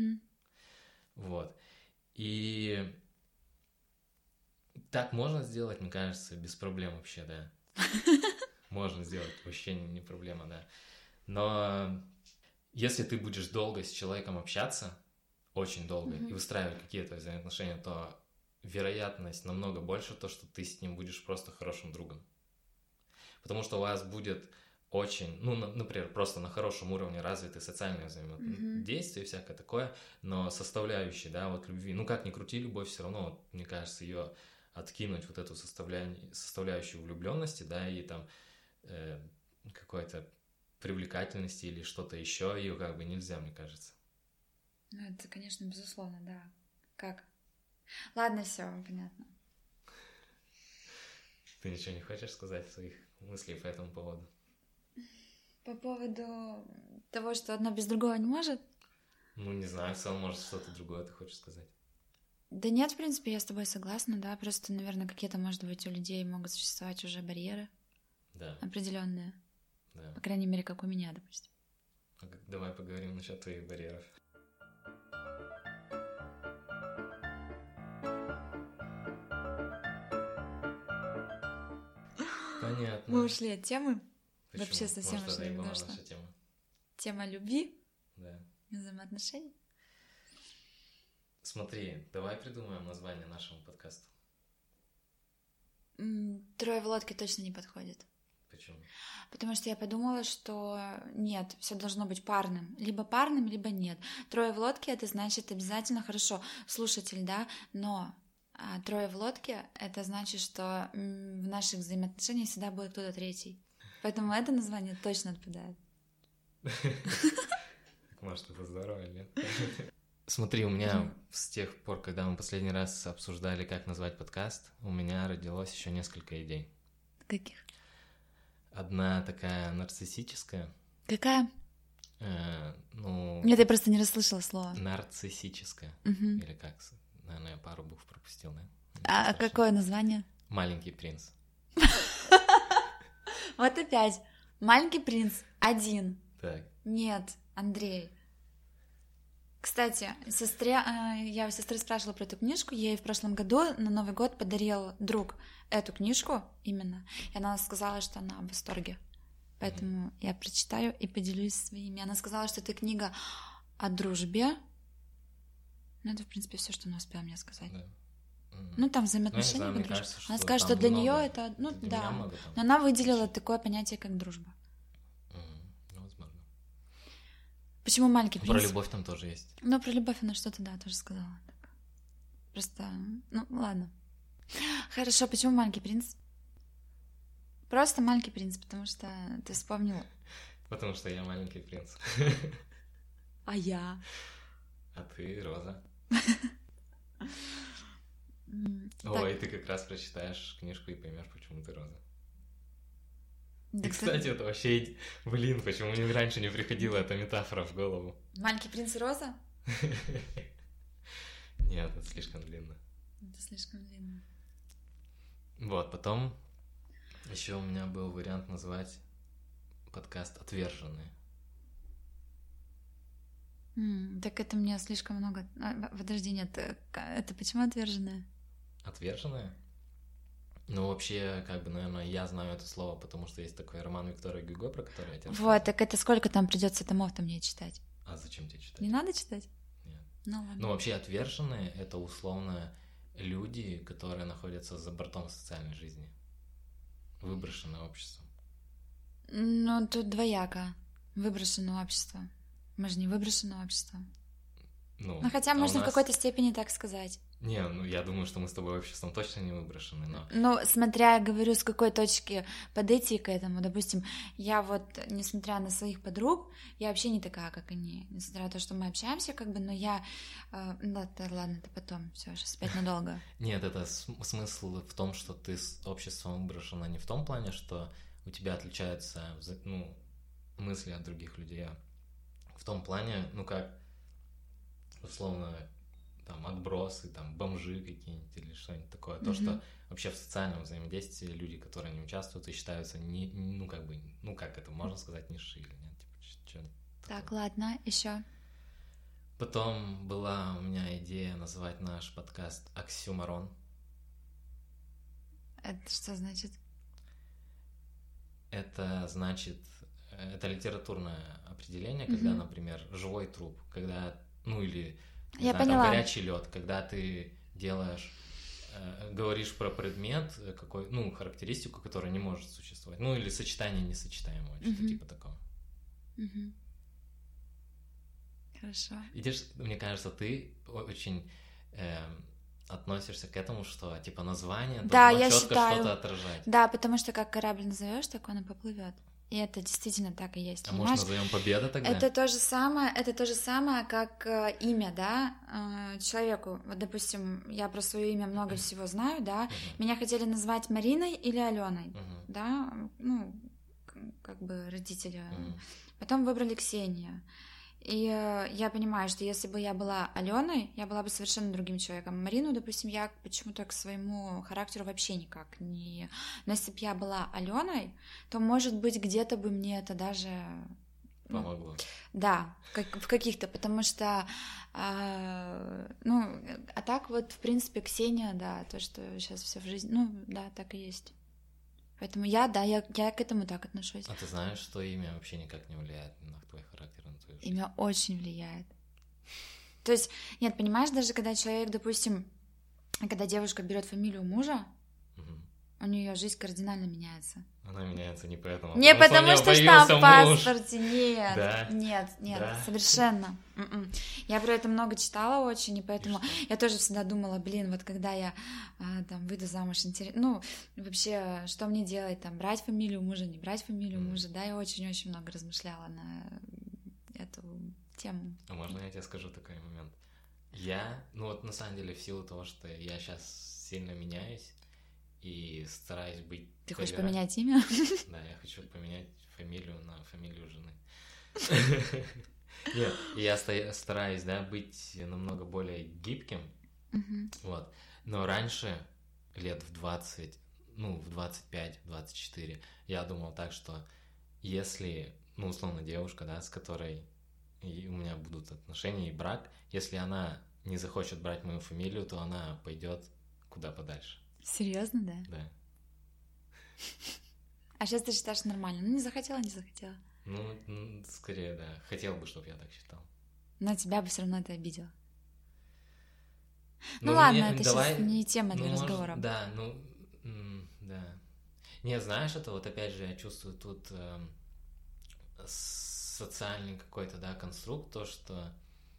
Вот. И так можно сделать, мне кажется, без проблем вообще, да. Можно сделать, вообще не проблема, да. Но если ты будешь долго с человеком общаться, очень долго, и выстраивать какие-то взаимоотношения, то вероятность намного больше то, что ты с ним будешь просто хорошим другом. Потому что у вас будет очень, ну, например, просто на хорошем уровне развиты социальные взаимодействия, всякое такое, но составляющие, да, вот любви, ну, как ни крути, любовь все равно, вот, мне кажется, ее откинуть, вот эту составляющую влюбленности, да, и там какой-то привлекательности или что-то еще, ее как бы нельзя, мне кажется. Ну, это, конечно, безусловно, да. Как? Ладно, все, понятно. Ты ничего не хочешь сказать своих мыслей по этому поводу? По поводу того, что одно без другого не может? Ну, не знаю, в целом, может, что-то другое ты хочешь сказать. Да нет, в принципе, я с тобой согласна, да, просто, наверное, какие-то, может быть, у людей могут существовать уже барьеры. Да. Определенные. Да. По крайней мере, как у меня, допустим. Давай поговорим насчет твоих барьеров. Понятно. Мы ушли от темы. Почему? Вообще совсем Может, ушли. это и была Потому наша что тема. тема любви, Да. взаимоотношений. Смотри, давай придумаем название нашему подкасту. «Трое в лодке» точно не подходит. Почему? Потому что я подумала, что нет, все должно быть парным. Либо парным, либо нет. «Трое в лодке» — это значит обязательно хорошо. Слушатель, да, но «трое в лодке» — это значит, что в наших взаимоотношениях всегда будет кто-то третий. Поэтому это название точно отпадает. Может, это здорово или нет? Смотри, у меня с тех пор, когда мы последний раз обсуждали, как назвать подкаст, у меня родилось еще несколько идей. Каких? Одна такая нарциссическая. Какая? Ну... Нет, я просто не расслышала слова. Нарциссическая. Угу. Или как? Наверное, я пару букв пропустил, да? А какое название? «Маленький принц». Вот опять. «Маленький принц» один. Так. Нет, Андрей. Кстати, я у сестры спрашивала про эту книжку, ей в прошлом году на Новый год подарил друг эту книжку именно, и она сказала, что она в восторге. Поэтому я прочитаю и поделюсь своими. Она сказала, что это книга о дружбе. Ну, это, в принципе, все, что она успела мне сказать. Да. Ну, там взаимоотношения, знаю, дружба. кажется, Она что скажет, что для много. нее это, ну Для да. меня много там. Но она выделила такое понятие, как дружба. Ну, возможно. Почему «Маленький принц»? Про любовь там тоже есть. Ну, про любовь она что-то, да, тоже сказала. Так. Просто, ну, ладно. Хорошо, почему «Маленький принц»? Просто «Маленький принц», потому что ты вспомнил. Потому что я маленький принц. А я? А ты Роза. Так. Ой, ты как раз прочитаешь книжку и поймешь, почему ты Роза. Да, И, кстати, это вообще... Блин, почему мне раньше не приходила эта метафора в голову? «Маленький принц» и «Роза»? Нет, это слишком длинно. Это слишком длинно. Вот, потом еще у меня был вариант назвать подкаст «Отверженные». Так это мне слишком много... Подожди, нет, это почему «Отверженные»? «Отверженные»? Ну, вообще, как бы, наверное, я знаю это слово, потому что есть такой роман Виктора Гюго, про который я тебе рассказывал. Вот, так это сколько там придется томов-то мне читать? А зачем тебе читать? Не надо читать? Нет. Ну ладно. Ну, вообще, отверженные — это условно люди, которые находятся за бортом социальной жизни, выброшены обществом. Ну, тут двояко. Выброшено общество. Мы же не выброшено общество. Ну, хотя можно в какой-то степени так сказать. Не, ну я думаю, что мы с тобой обществом точно не выброшены, но... Ну, смотря, я говорю, с какой точки подойти к этому. Допустим, я вот, несмотря на своих подруг, я вообще не такая, как они. Несмотря на то, что мы общаемся, как бы, но я... ладно, это потом, все, сейчас опять надолго. Нет, это смысл в том, что ты с обществом выброшена не в том плане, что у тебя отличаются, ну, мысли от других людей, а в том плане, ну, как, условно, там, отбросы, там, бомжи какие-нибудь или что-нибудь такое. То, что вообще в социальном взаимодействии люди, которые не участвуют и считаются, ну, как бы, ну, как это можно сказать, низши или нет, типа, что-то Так, такое. ладно, еще. Потом была у меня идея назвать наш подкаст «Оксюморон». Это что значит? Это значит, это литературное определение, когда, например, живой труп, когда, ну, или... Я знаю, поняла. Там горячий лед, когда ты делаешь, говоришь про предмет, какой, ну, характеристику, которая не может существовать. Ну, или сочетание несочетаемого, что-то типа такого. Хорошо. Видишь, мне кажется, ты очень относишься к этому, что типа название Да, должно я четко считаю. что-то отражать. Да, потому что как корабль назовешь, так он и поплывет. И это действительно так и есть. А может, назовем «Победа» тогда? Это то же самое, как имя, да, человеку. Вот, допустим, я про свое имя много всего знаю, да. Меня хотели назвать Мариной или Аленой, да, ну, как бы родители. Потом выбрали Ксения. И я понимаю, что если бы я была Аленой, я была бы совершенно другим человеком. Марину, допустим, я почему-то к своему характеру вообще никак не... Но если бы я была Аленой, то, может быть, где-то бы мне это даже... Помогло. Да, в каких-то, потому что... ну, а так вот, в принципе, Ксения, да, то, что сейчас все в жизни... Ну, да, так и есть. Поэтому я к этому так отношусь. А ты знаешь, что имя вообще никак не влияет на твой характер, на твою жизнь? Имя очень влияет. То есть, нет, понимаешь, даже когда человек, допустим, когда девушка берет фамилию мужа, у нее жизнь кардинально меняется. Она меняется не поэтому. Не потому что штамп в паспорте, нет, да? нет, да? совершенно. Я про это много читала очень, и поэтому я тоже всегда думала, блин, вот когда я там выйду замуж, ну, вообще, что мне делать, там, брать фамилию мужа, не брать фамилию мужа, да, я очень-очень много размышляла на эту тему. А можно я тебе скажу такой момент? Ну вот на самом деле в силу того, что я сейчас сильно меняюсь, и стараюсь быть... Ты хочешь поменять имя? Да, я хочу поменять фамилию на фамилию жены. Нет, я стараюсь, да, быть намного более гибким, вот. Но раньше, лет в 20, ну, в 25-24, я думал так, что если, ну, условно, девушка, да, с которой у меня будут отношения и брак, если она не захочет брать мою фамилию, то она пойдет куда подальше. Серьезно, да? Да. А сейчас ты считаешь нормально? Ну, не захотела, не захотела. Ну, скорее, да. Хотел бы, чтобы я так считал. Но тебя бы все равно это обидело. Ну ладно, это давай, сейчас не тема для разговора. Да, да. Не, знаешь, это вот опять же я чувствую тут социальный какой-то, да, конструкт, то, что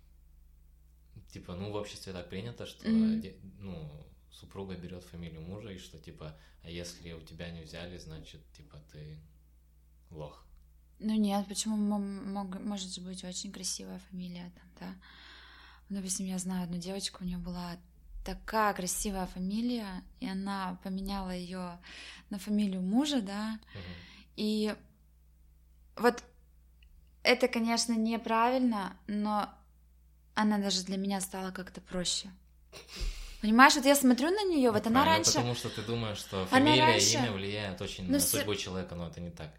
типа, ну, в обществе так принято, что, ну, супруга берет фамилию мужа, и что, типа, а если у тебя не взяли, значит, типа, ты лох. Ну нет, почему? Может же быть очень красивая фамилия там, да? Допустим, я знаю одну девочку, у нее была такая красивая фамилия, и она поменяла ее на фамилию мужа, да, и вот это, конечно, неправильно, но она даже для меня стала как-то проще. Понимаешь, вот я смотрю на нее, вот она раньше... Потому что ты думаешь, что фамилия и имя влияют очень на судьбу человека, но это не так.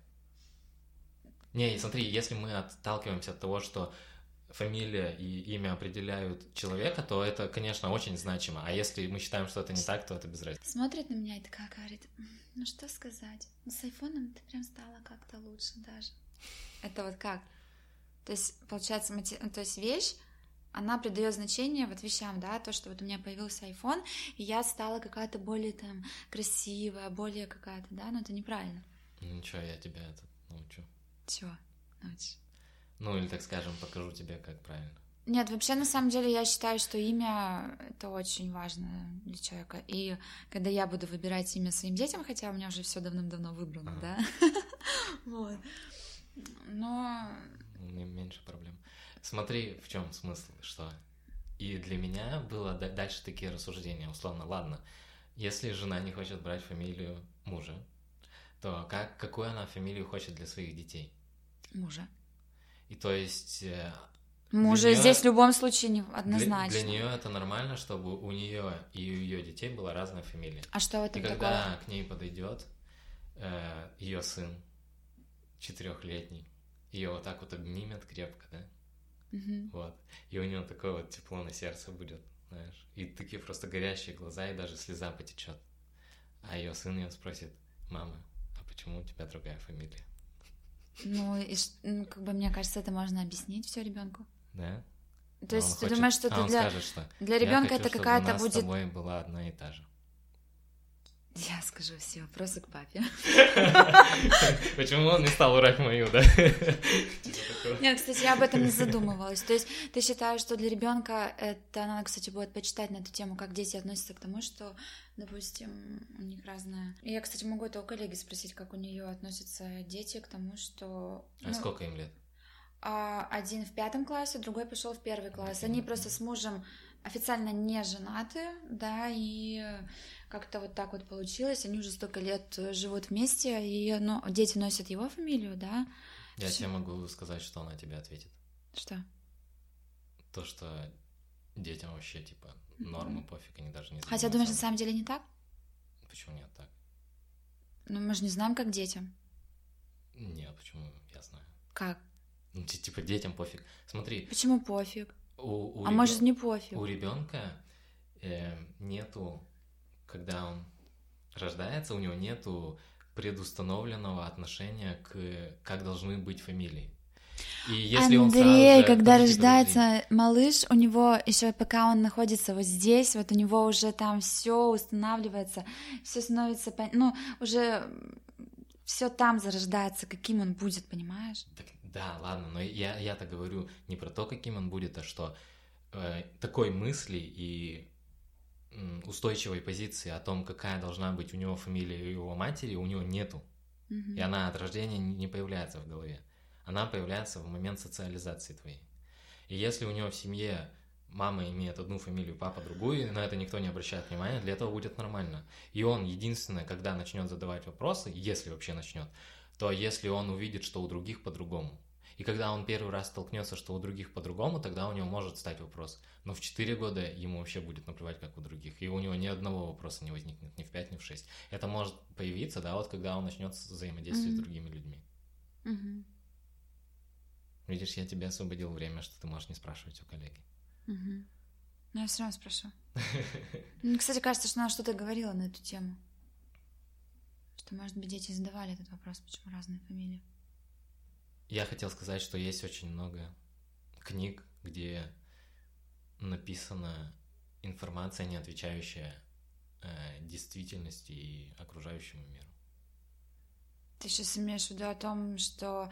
Не, смотри, если мы отталкиваемся от того, что фамилия и имя определяют человека, то это, конечно, очень значимо. А если мы считаем, что это не так, то это без разницы. Смотрит на меня и такая говорит, ну что сказать, ну с айфоном ты прям стала как-то лучше даже. Это вот как? То есть, получается, то есть вещь, она придает значение вот вещам, да, то, что вот у меня появился iPhone, и я стала какая-то более там красивая, более какая-то, да, но это неправильно. Ну ничего, я тебя это научу. Чего научишь? Ну или, так скажем, покажу тебе, как правильно. Нет, вообще, на самом деле, я считаю, что имя — это очень важно для человека. И когда я буду выбирать имя своим детям, хотя у меня уже все давным-давно выбрано, да, вот, но... Мне меньше проблем. Смотри, в чем смысл, что и для меня было дальше такие рассуждения, условно, ладно, если жена не хочет брать фамилию мужа, то какую она фамилию хочет для своих детей? Мужа. И то есть... Мужа неё, здесь в любом случае не однозначно. Для нее это нормально, чтобы у нее и у ее детей была разная фамилия. А что в этом такого? И когда к ней подойдет ее сын 4-летний, ее вот так вот обнимет крепко, да? Вот. И у него такое вот тепло на сердце будет, знаешь. И такие просто горящие глаза, и даже слеза потечет. А ее сын ее спросит: мама, а почему у тебя другая фамилия? Ну, и, как бы, мне кажется, это можно объяснить все ребенку. Да? То есть ты думаешь, что это для ребенка это какая-то будет... чтобы у нас с тобой была одна и та же. Я скажу все вопросы к папе. Почему он не стал врать мою, да? Нет, кстати, я об этом не задумывалась. То есть ты считаешь, что для ребенка это надо, кстати, будет почитать на эту тему, как дети относятся к тому, что, допустим, у них разное. Я, кстати, могу это у коллеги спросить, как у нее относятся дети к тому, что... А сколько им лет? Один в 5 классе, другой пошел в 1 класс. Они просто с мужем официально не женаты, да, и как-то вот так вот получилось. Они уже столько лет живут вместе, и дети носят его фамилию, да. Я тебе могу сказать, что она тебе ответит. Что? То, что детям вообще, типа, нормы, пофиг, они даже не знают. Хотя, думаешь, на самом деле не так? Почему нет так? Ну, мы же не знаем, как детям. Нет, почему? Я знаю. Как? Ну, типа, детям пофиг. Смотри. Почему пофиг? Может, не пофиг? У ребенка нету, когда он рождается, у него нету предустановленного отношения к как должны быть фамилии. И если Андрей, он когда рождается малыш, у него еще пока он находится вот здесь, вот у него уже там все устанавливается, все становится, ну, уже все там зарождается, каким он будет, понимаешь? Так, да, ладно, но я-то говорю не про то, каким он будет, а что такой мысли и устойчивой позиции о том, какая должна быть у него фамилия у его матери, у него нету. И она от рождения не появляется в голове. Она появляется в момент социализации твоей. И если у него в семье мама имеет одну фамилию, папа другую, и на это никто не обращает внимания, для этого будет нормально. И он единственное, когда начнет задавать вопросы, если вообще начнет, то если он увидит, что у других по-другому. И когда он первый раз столкнется, что у других по-другому, тогда у него может стать вопрос. Но в 4 года ему вообще будет наплевать, как у других. И у него ни одного вопроса не возникнет, ни в 5, ни в 6. Это может появиться, да, вот когда он начнет взаимодействовать с другими людьми. Видишь, я тебе освободил время, что ты можешь не спрашивать у коллеги. Но я все равно спрошу. Мне, кстати, кажется, что она что-то говорила на эту тему. Что, может быть, дети задавали этот вопрос, почему разные фамилии. Я хотел сказать, что есть очень много книг, где написана информация, не отвечающая действительности и окружающему миру. Ты сейчас имеешь в виду о том, что...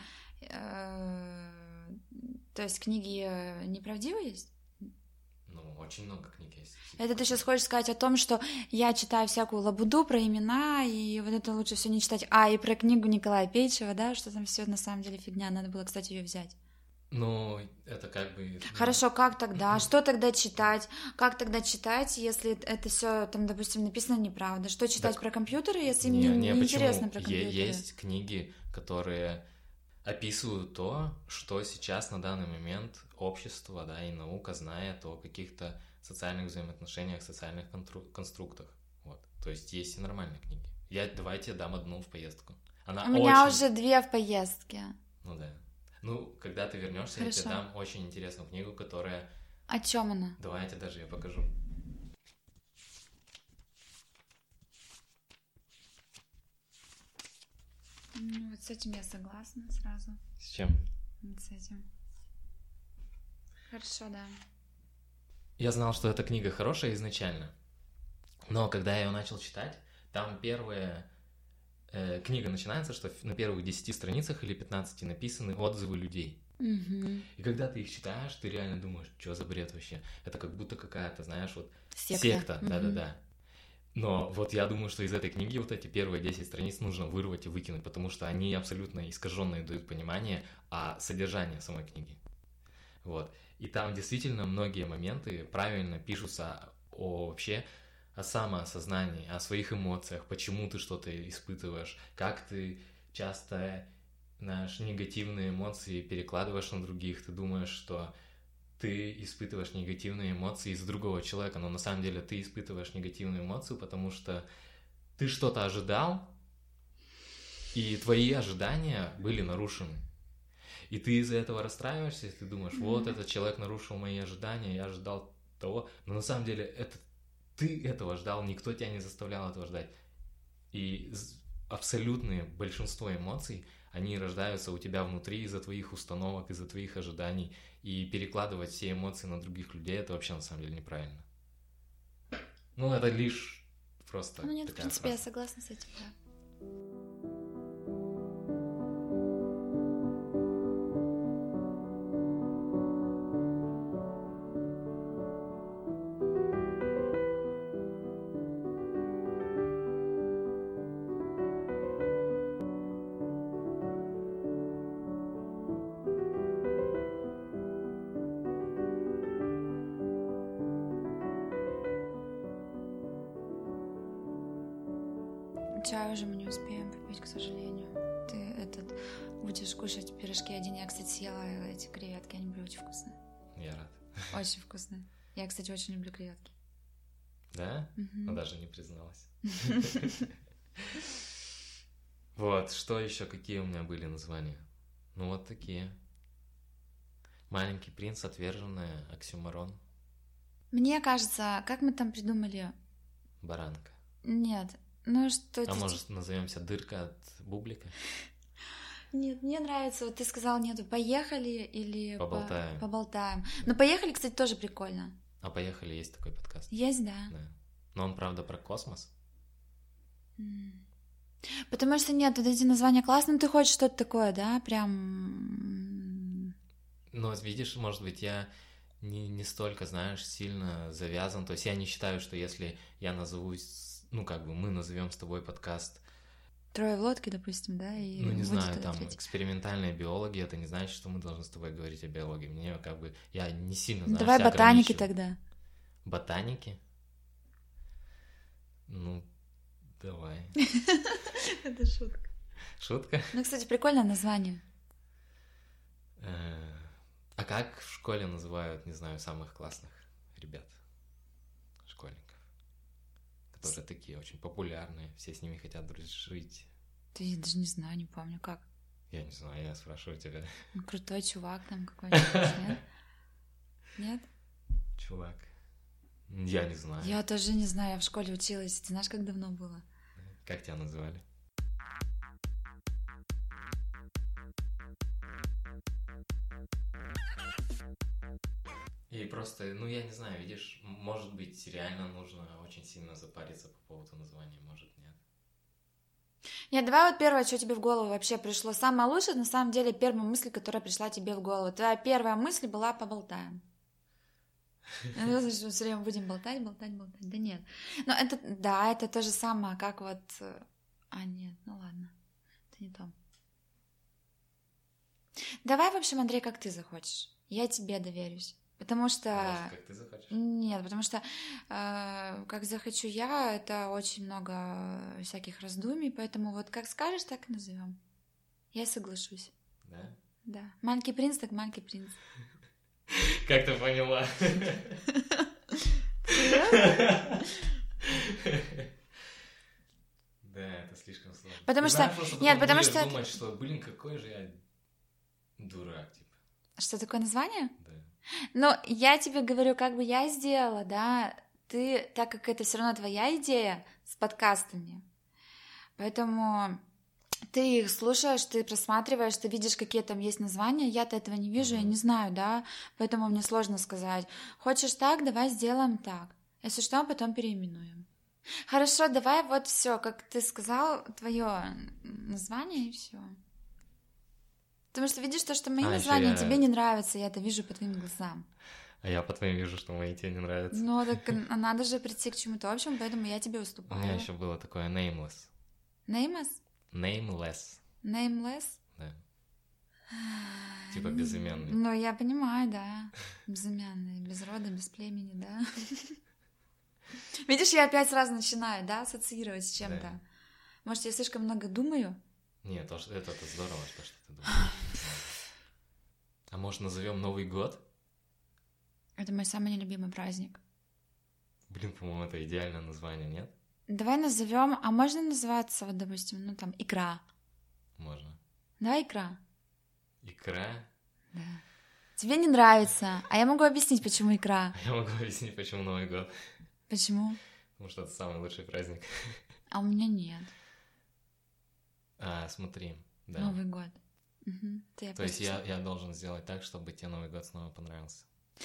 то есть книги неправдивые есть? Ну, очень много книг есть. Это ты сейчас хочешь сказать о том, что я читаю всякую лабуду про имена, и вот это лучше все не читать. И про книгу Николая Пейчева, да, что там все на самом деле фигня, надо было, кстати, ее взять. Ну, это как бы... Хорошо, как тогда? Что тогда читать? Как тогда читать, если это все там, допустим, написано неправда? Что читать про компьютеры, если мне не интересно про компьютеры? Есть книги, которые описывают то, что сейчас на данный момент общество, да, и наука знает о каких-то социальных взаимоотношениях, социальных конструктах. Вот. То есть есть и нормальные книги. Давайте дам одну в поездку. Она У меня уже 2 в поездке. Ну да. Ну, когда ты вернешься, я тебе дам очень интересную книгу, которая... О чем она? Давай я тебе даже ее покажу. Ну, вот с этим я согласна сразу. С чем? Вот с этим. Хорошо, да. Я знал, что эта книга хорошая изначально, но когда я ее начал читать, там первая книга начинается, что на первых 10 страницах или 15 написаны отзывы людей. И когда ты их читаешь, ты реально думаешь, что за бред вообще? Это как будто какая-то, знаешь, вот секта. Да-да-да. Но вот я думаю, что из этой книги вот эти первые 10 страниц нужно вырвать и выкинуть, потому что они абсолютно искаженные дают понимание о содержании самой книги. Вот. И там действительно многие моменты правильно пишутся вообще о самоосознании, о своих эмоциях, почему ты что-то испытываешь, как ты часто наши негативные эмоции перекладываешь на других, ты думаешь, что ты испытываешь негативные эмоции из-за другого человека, но на самом деле ты испытываешь негативную эмоцию, потому что ты что-то ожидал, и твои ожидания были нарушены. И ты из-за этого расстраиваешься, и ты думаешь, вот этот человек нарушил мои ожидания, я ожидал того, но на самом деле это ты этого ждал, никто тебя не заставлял этого ждать. И абсолютное большинство эмоций, они рождаются у тебя внутри из-за твоих установок, из-за твоих ожиданий. И перекладывать все эмоции на других людей, это вообще на самом деле неправильно. Ну, это лишь просто Ну, нет, в принципе, фраза. Я согласна с этим, да. Чай уже мы не успеем попить, к сожалению. Ты будешь кушать пирожки один. Я, кстати, съела эти креветки, они были очень вкусные. Я рад. Очень вкусные. Я, кстати, очень люблю креветки. Да? Но даже не призналась. Вот, что еще, какие у меня были названия? Ну, вот такие. Маленький принц, отверженная, оксюморон. Мне кажется, как мы там придумали? Баранка. Нет. Ну что? Может, назовемся дырка от бублика? Нет, мне нравится. Вот ты сказал, нету. Поехали или поболтаем. Поболтаем. Но поехали, кстати, тоже прикольно. А поехали, есть такой подкаст. Есть, да. Но он, правда, про космос. Потому что нет, вот эти названия классные, но ты хочешь что-то такое, да, прям. Ну, видишь, может быть, я не столько, знаешь, сильно завязан. То есть я не считаю, что если я назовусь, ну, как бы мы назовем с тобой подкаст Трое в лодке, допустим, да? И ну, не знаю, там, экспериментальные биологи, это не значит, что мы должны с тобой говорить о биологии. Мне как бы, я не сильно знаю. Давай ботаники тогда. Ботаники? Ну, давай. Это шутка. Шутка? Ну, кстати, прикольное название. А как в школе называют, не знаю, самых классных ребят, школьников, которые такие очень популярные, все с ними хотят дружить? Да я даже не знаю, не помню, как. Я не знаю, я спрашиваю тебя. Ну, крутой чувак там какой-нибудь, нет? Нет? Чувак. Я не знаю. Я тоже не знаю, я в школе училась. Ты знаешь, как давно было? Как тебя называли? И просто, ну, я не знаю, видишь, может быть, реально нужно очень сильно запариться по поводу названия, может, нет. Нет, давай вот первое, что тебе в голову вообще пришло. Самое лучшее, на самом деле, первая мысль, которая пришла тебе в голову. Твоя первая мысль была «поболтаем». Все время будем болтать. Да нет. Но это, да, это то же самое, как вот... А, нет, ну ладно, это не то. Давай, в общем, Андрей, как ты захочешь. Я тебе доверюсь. Потому что... Может, как ты захочешь? Нет, потому что как захочу я, это очень много всяких раздумий, поэтому вот как скажешь, так и назовем. Я соглашусь. Да? Да. Маленький принц, так маленький принц. Как ты поняла? Да, это слишком сложно. Потому что... Нет, потому что... думать, что, блин, какой же я дурак, типа. Что такое название? Да. Ну, я тебе говорю, как бы я сделала, да, ты, так как это все равно твоя идея с подкастами, поэтому ты их слушаешь, ты просматриваешь, ты видишь, какие там есть названия, я-то этого не вижу, я не знаю, да, поэтому мне сложно сказать. Хочешь так, давай сделаем так, если что, потом переименуем. Хорошо, давай вот все, как ты сказал, твое название и все. Потому что видишь то, что мои названия тебе не нравятся, я это вижу по твоим глазам. А я по твоим вижу, что мои тебе не нравятся. Ну, так надо же прийти к чему-то общему, поэтому я тебе уступаю. У меня еще было такое nameless. Nameless? Nameless. Nameless? Да. Типа безымянный. Ну, я понимаю, да. Безымянный, без рода, без племени, да. Видишь, я опять сразу начинаю, да, ассоциировать с чем-то. Да. Может, я слишком много думаю? Нет, это здорово, что ты думаешь. А может, назовем Новый год? Это мой самый нелюбимый праздник. Блин, по-моему, это идеальное название, нет? Давай назовем, а можно называться, вот, допустим, ну там, икра? Можно. Да, икра? Икра? Да. Тебе не нравится, а я могу объяснить, почему икра. Я могу объяснить, почему Новый год. Почему? Потому что это самый лучший праздник. А у меня нет. Смотри, да. Новый год. Угу. То есть я должен сделать так, чтобы тебе Новый год снова понравился?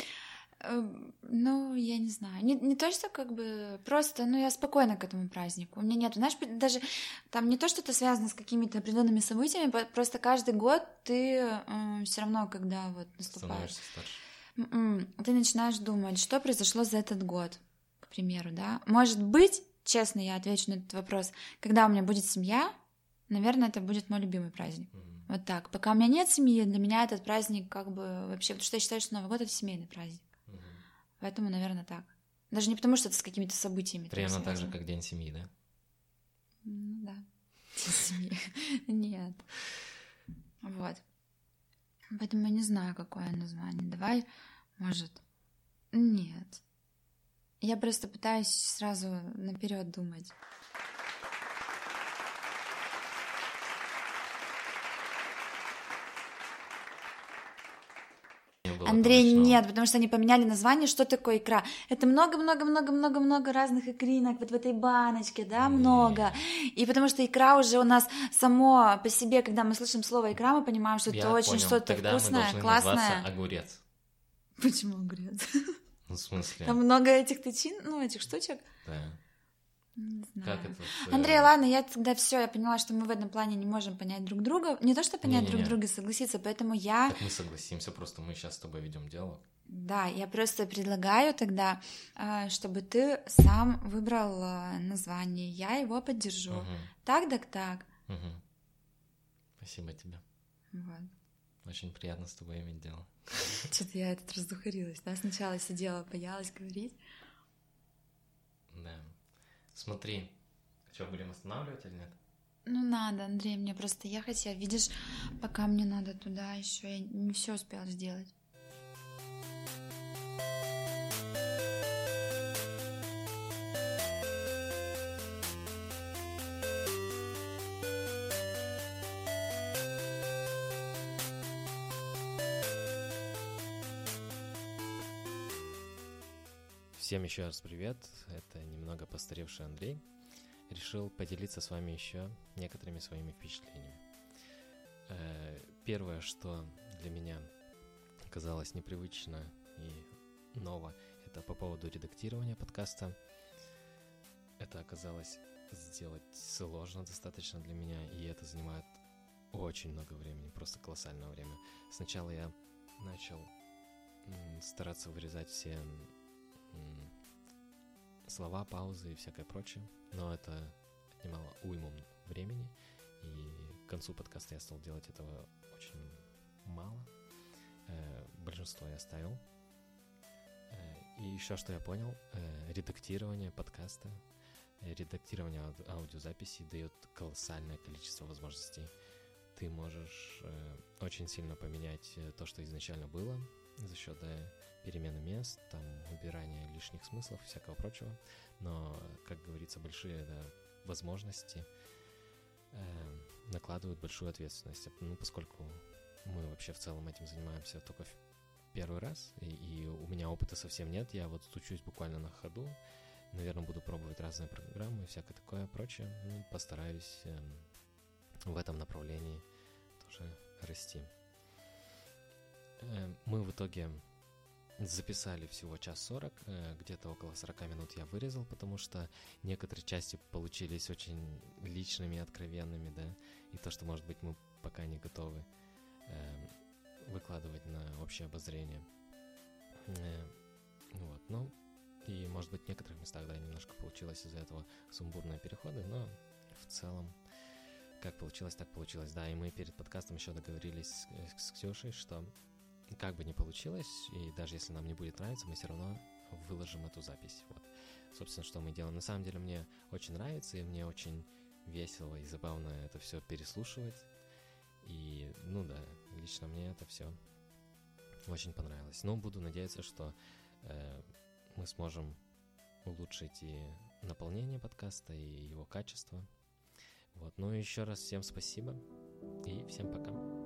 Ну, я не знаю. Не то, что как бы просто, ну, я спокойна к этому празднику. У меня нет, знаешь, даже там не то, что это связано с какими-то определенными событиями, просто каждый год ты все равно, когда вот наступает, становишься старше. Ты начинаешь думать, что произошло за этот год, к примеру, да. Может быть, честно, я отвечу на этот вопрос, когда у меня будет семья, наверное, это будет мой любимый праздник. Вот так. Пока у меня нет семьи, для меня этот праздник как бы вообще... Потому что я считаю, что Новый год — это семейный праздник. Поэтому, наверное, так. Даже не потому, что это с какими-то событиями. Примерно так же, как День семьи, да? Ну да. День семьи. Нет. Вот. Поэтому я не знаю, какое название. Давай, может... Нет. Я просто пытаюсь сразу наперед думать. Андрей, нет, потому что они поменяли название. Что такое икра? Это много-много-много-много-много разных икринок вот в этой баночке, да, много. И потому что икра уже у нас само по себе, когда мы слышим слово икра, мы понимаем, что это очень что-то тогда вкусное, мы классное. Огурец. Почему огурец? Ну, в смысле? Там много этих тычин, ну, этих штучек. Да. Не знаю. Как это? Андрей, ладно, я тогда все, я поняла, что мы в этом плане не можем понять друг друга. Не то, что понять друг друга, согласиться, поэтому я... Так мы согласимся, просто мы сейчас с тобой ведем диалог. Да, я просто предлагаю тогда, чтобы ты сам выбрал название, я его поддержу. Так. Угу. Спасибо тебе. Вот. Очень приятно с тобой иметь дело. Что-то я этот раздухарилась, да? Сначала сидела, боялась говорить. Да. Смотри, что, будем останавливать или нет? Ну надо, Андрей, мне просто ехать. Я, видишь, пока мне надо туда еще, я не все успела сделать. Всем еще раз привет, это немного постаревший Андрей. Решил поделиться с вами еще некоторыми своими впечатлениями. Первое, что для меня казалось непривычно и ново, это по поводу редактирования подкаста. Это оказалось сделать сложно достаточно для меня, и это занимает очень много времени, просто колоссальное время. Сначала я начал стараться вырезать все слова, паузы и всякое прочее, но это отнимало уйму времени, и к концу подкаста я стал делать этого очень мало. Большинство я оставил. И еще что я понял, редактирование подкаста, редактирование аудиозаписи дает колоссальное количество возможностей. Ты можешь очень сильно поменять то, что изначально было, за счет перемены мест, там, убирания лишних смыслов и всякого прочего. Но, как говорится, большие возможности накладывают большую ответственность. Ну, поскольку мы вообще в целом этим занимаемся только в первый раз, и у меня опыта совсем нет, я вот стучусь буквально на ходу, наверное, буду пробовать разные программы и всякое такое прочее. Ну, постараюсь в этом направлении тоже расти. Мы в итоге записали всего 1:40, где-то около 40 минут я вырезал, потому что некоторые части получились очень личными, откровенными, да, и то, что, может быть, мы пока не готовы выкладывать на общее обозрение. Вот, ну, и, может быть, в некоторых местах, да, немножко получилось из-за этого сумбурные переходы, но в целом как получилось, так получилось, да, и мы перед подкастом еще договорились с Ксюшей, что как бы ни получилось, и даже если нам не будет нравиться, мы все равно выложим эту запись. Вот, собственно, что мы делаем. На самом деле мне очень нравится, и мне очень весело и забавно это все переслушивать. И, ну да, лично мне это все очень понравилось. Но буду надеяться, что мы сможем улучшить и наполнение подкаста, и его качество. Вот, ну и еще раз всем спасибо, и всем пока.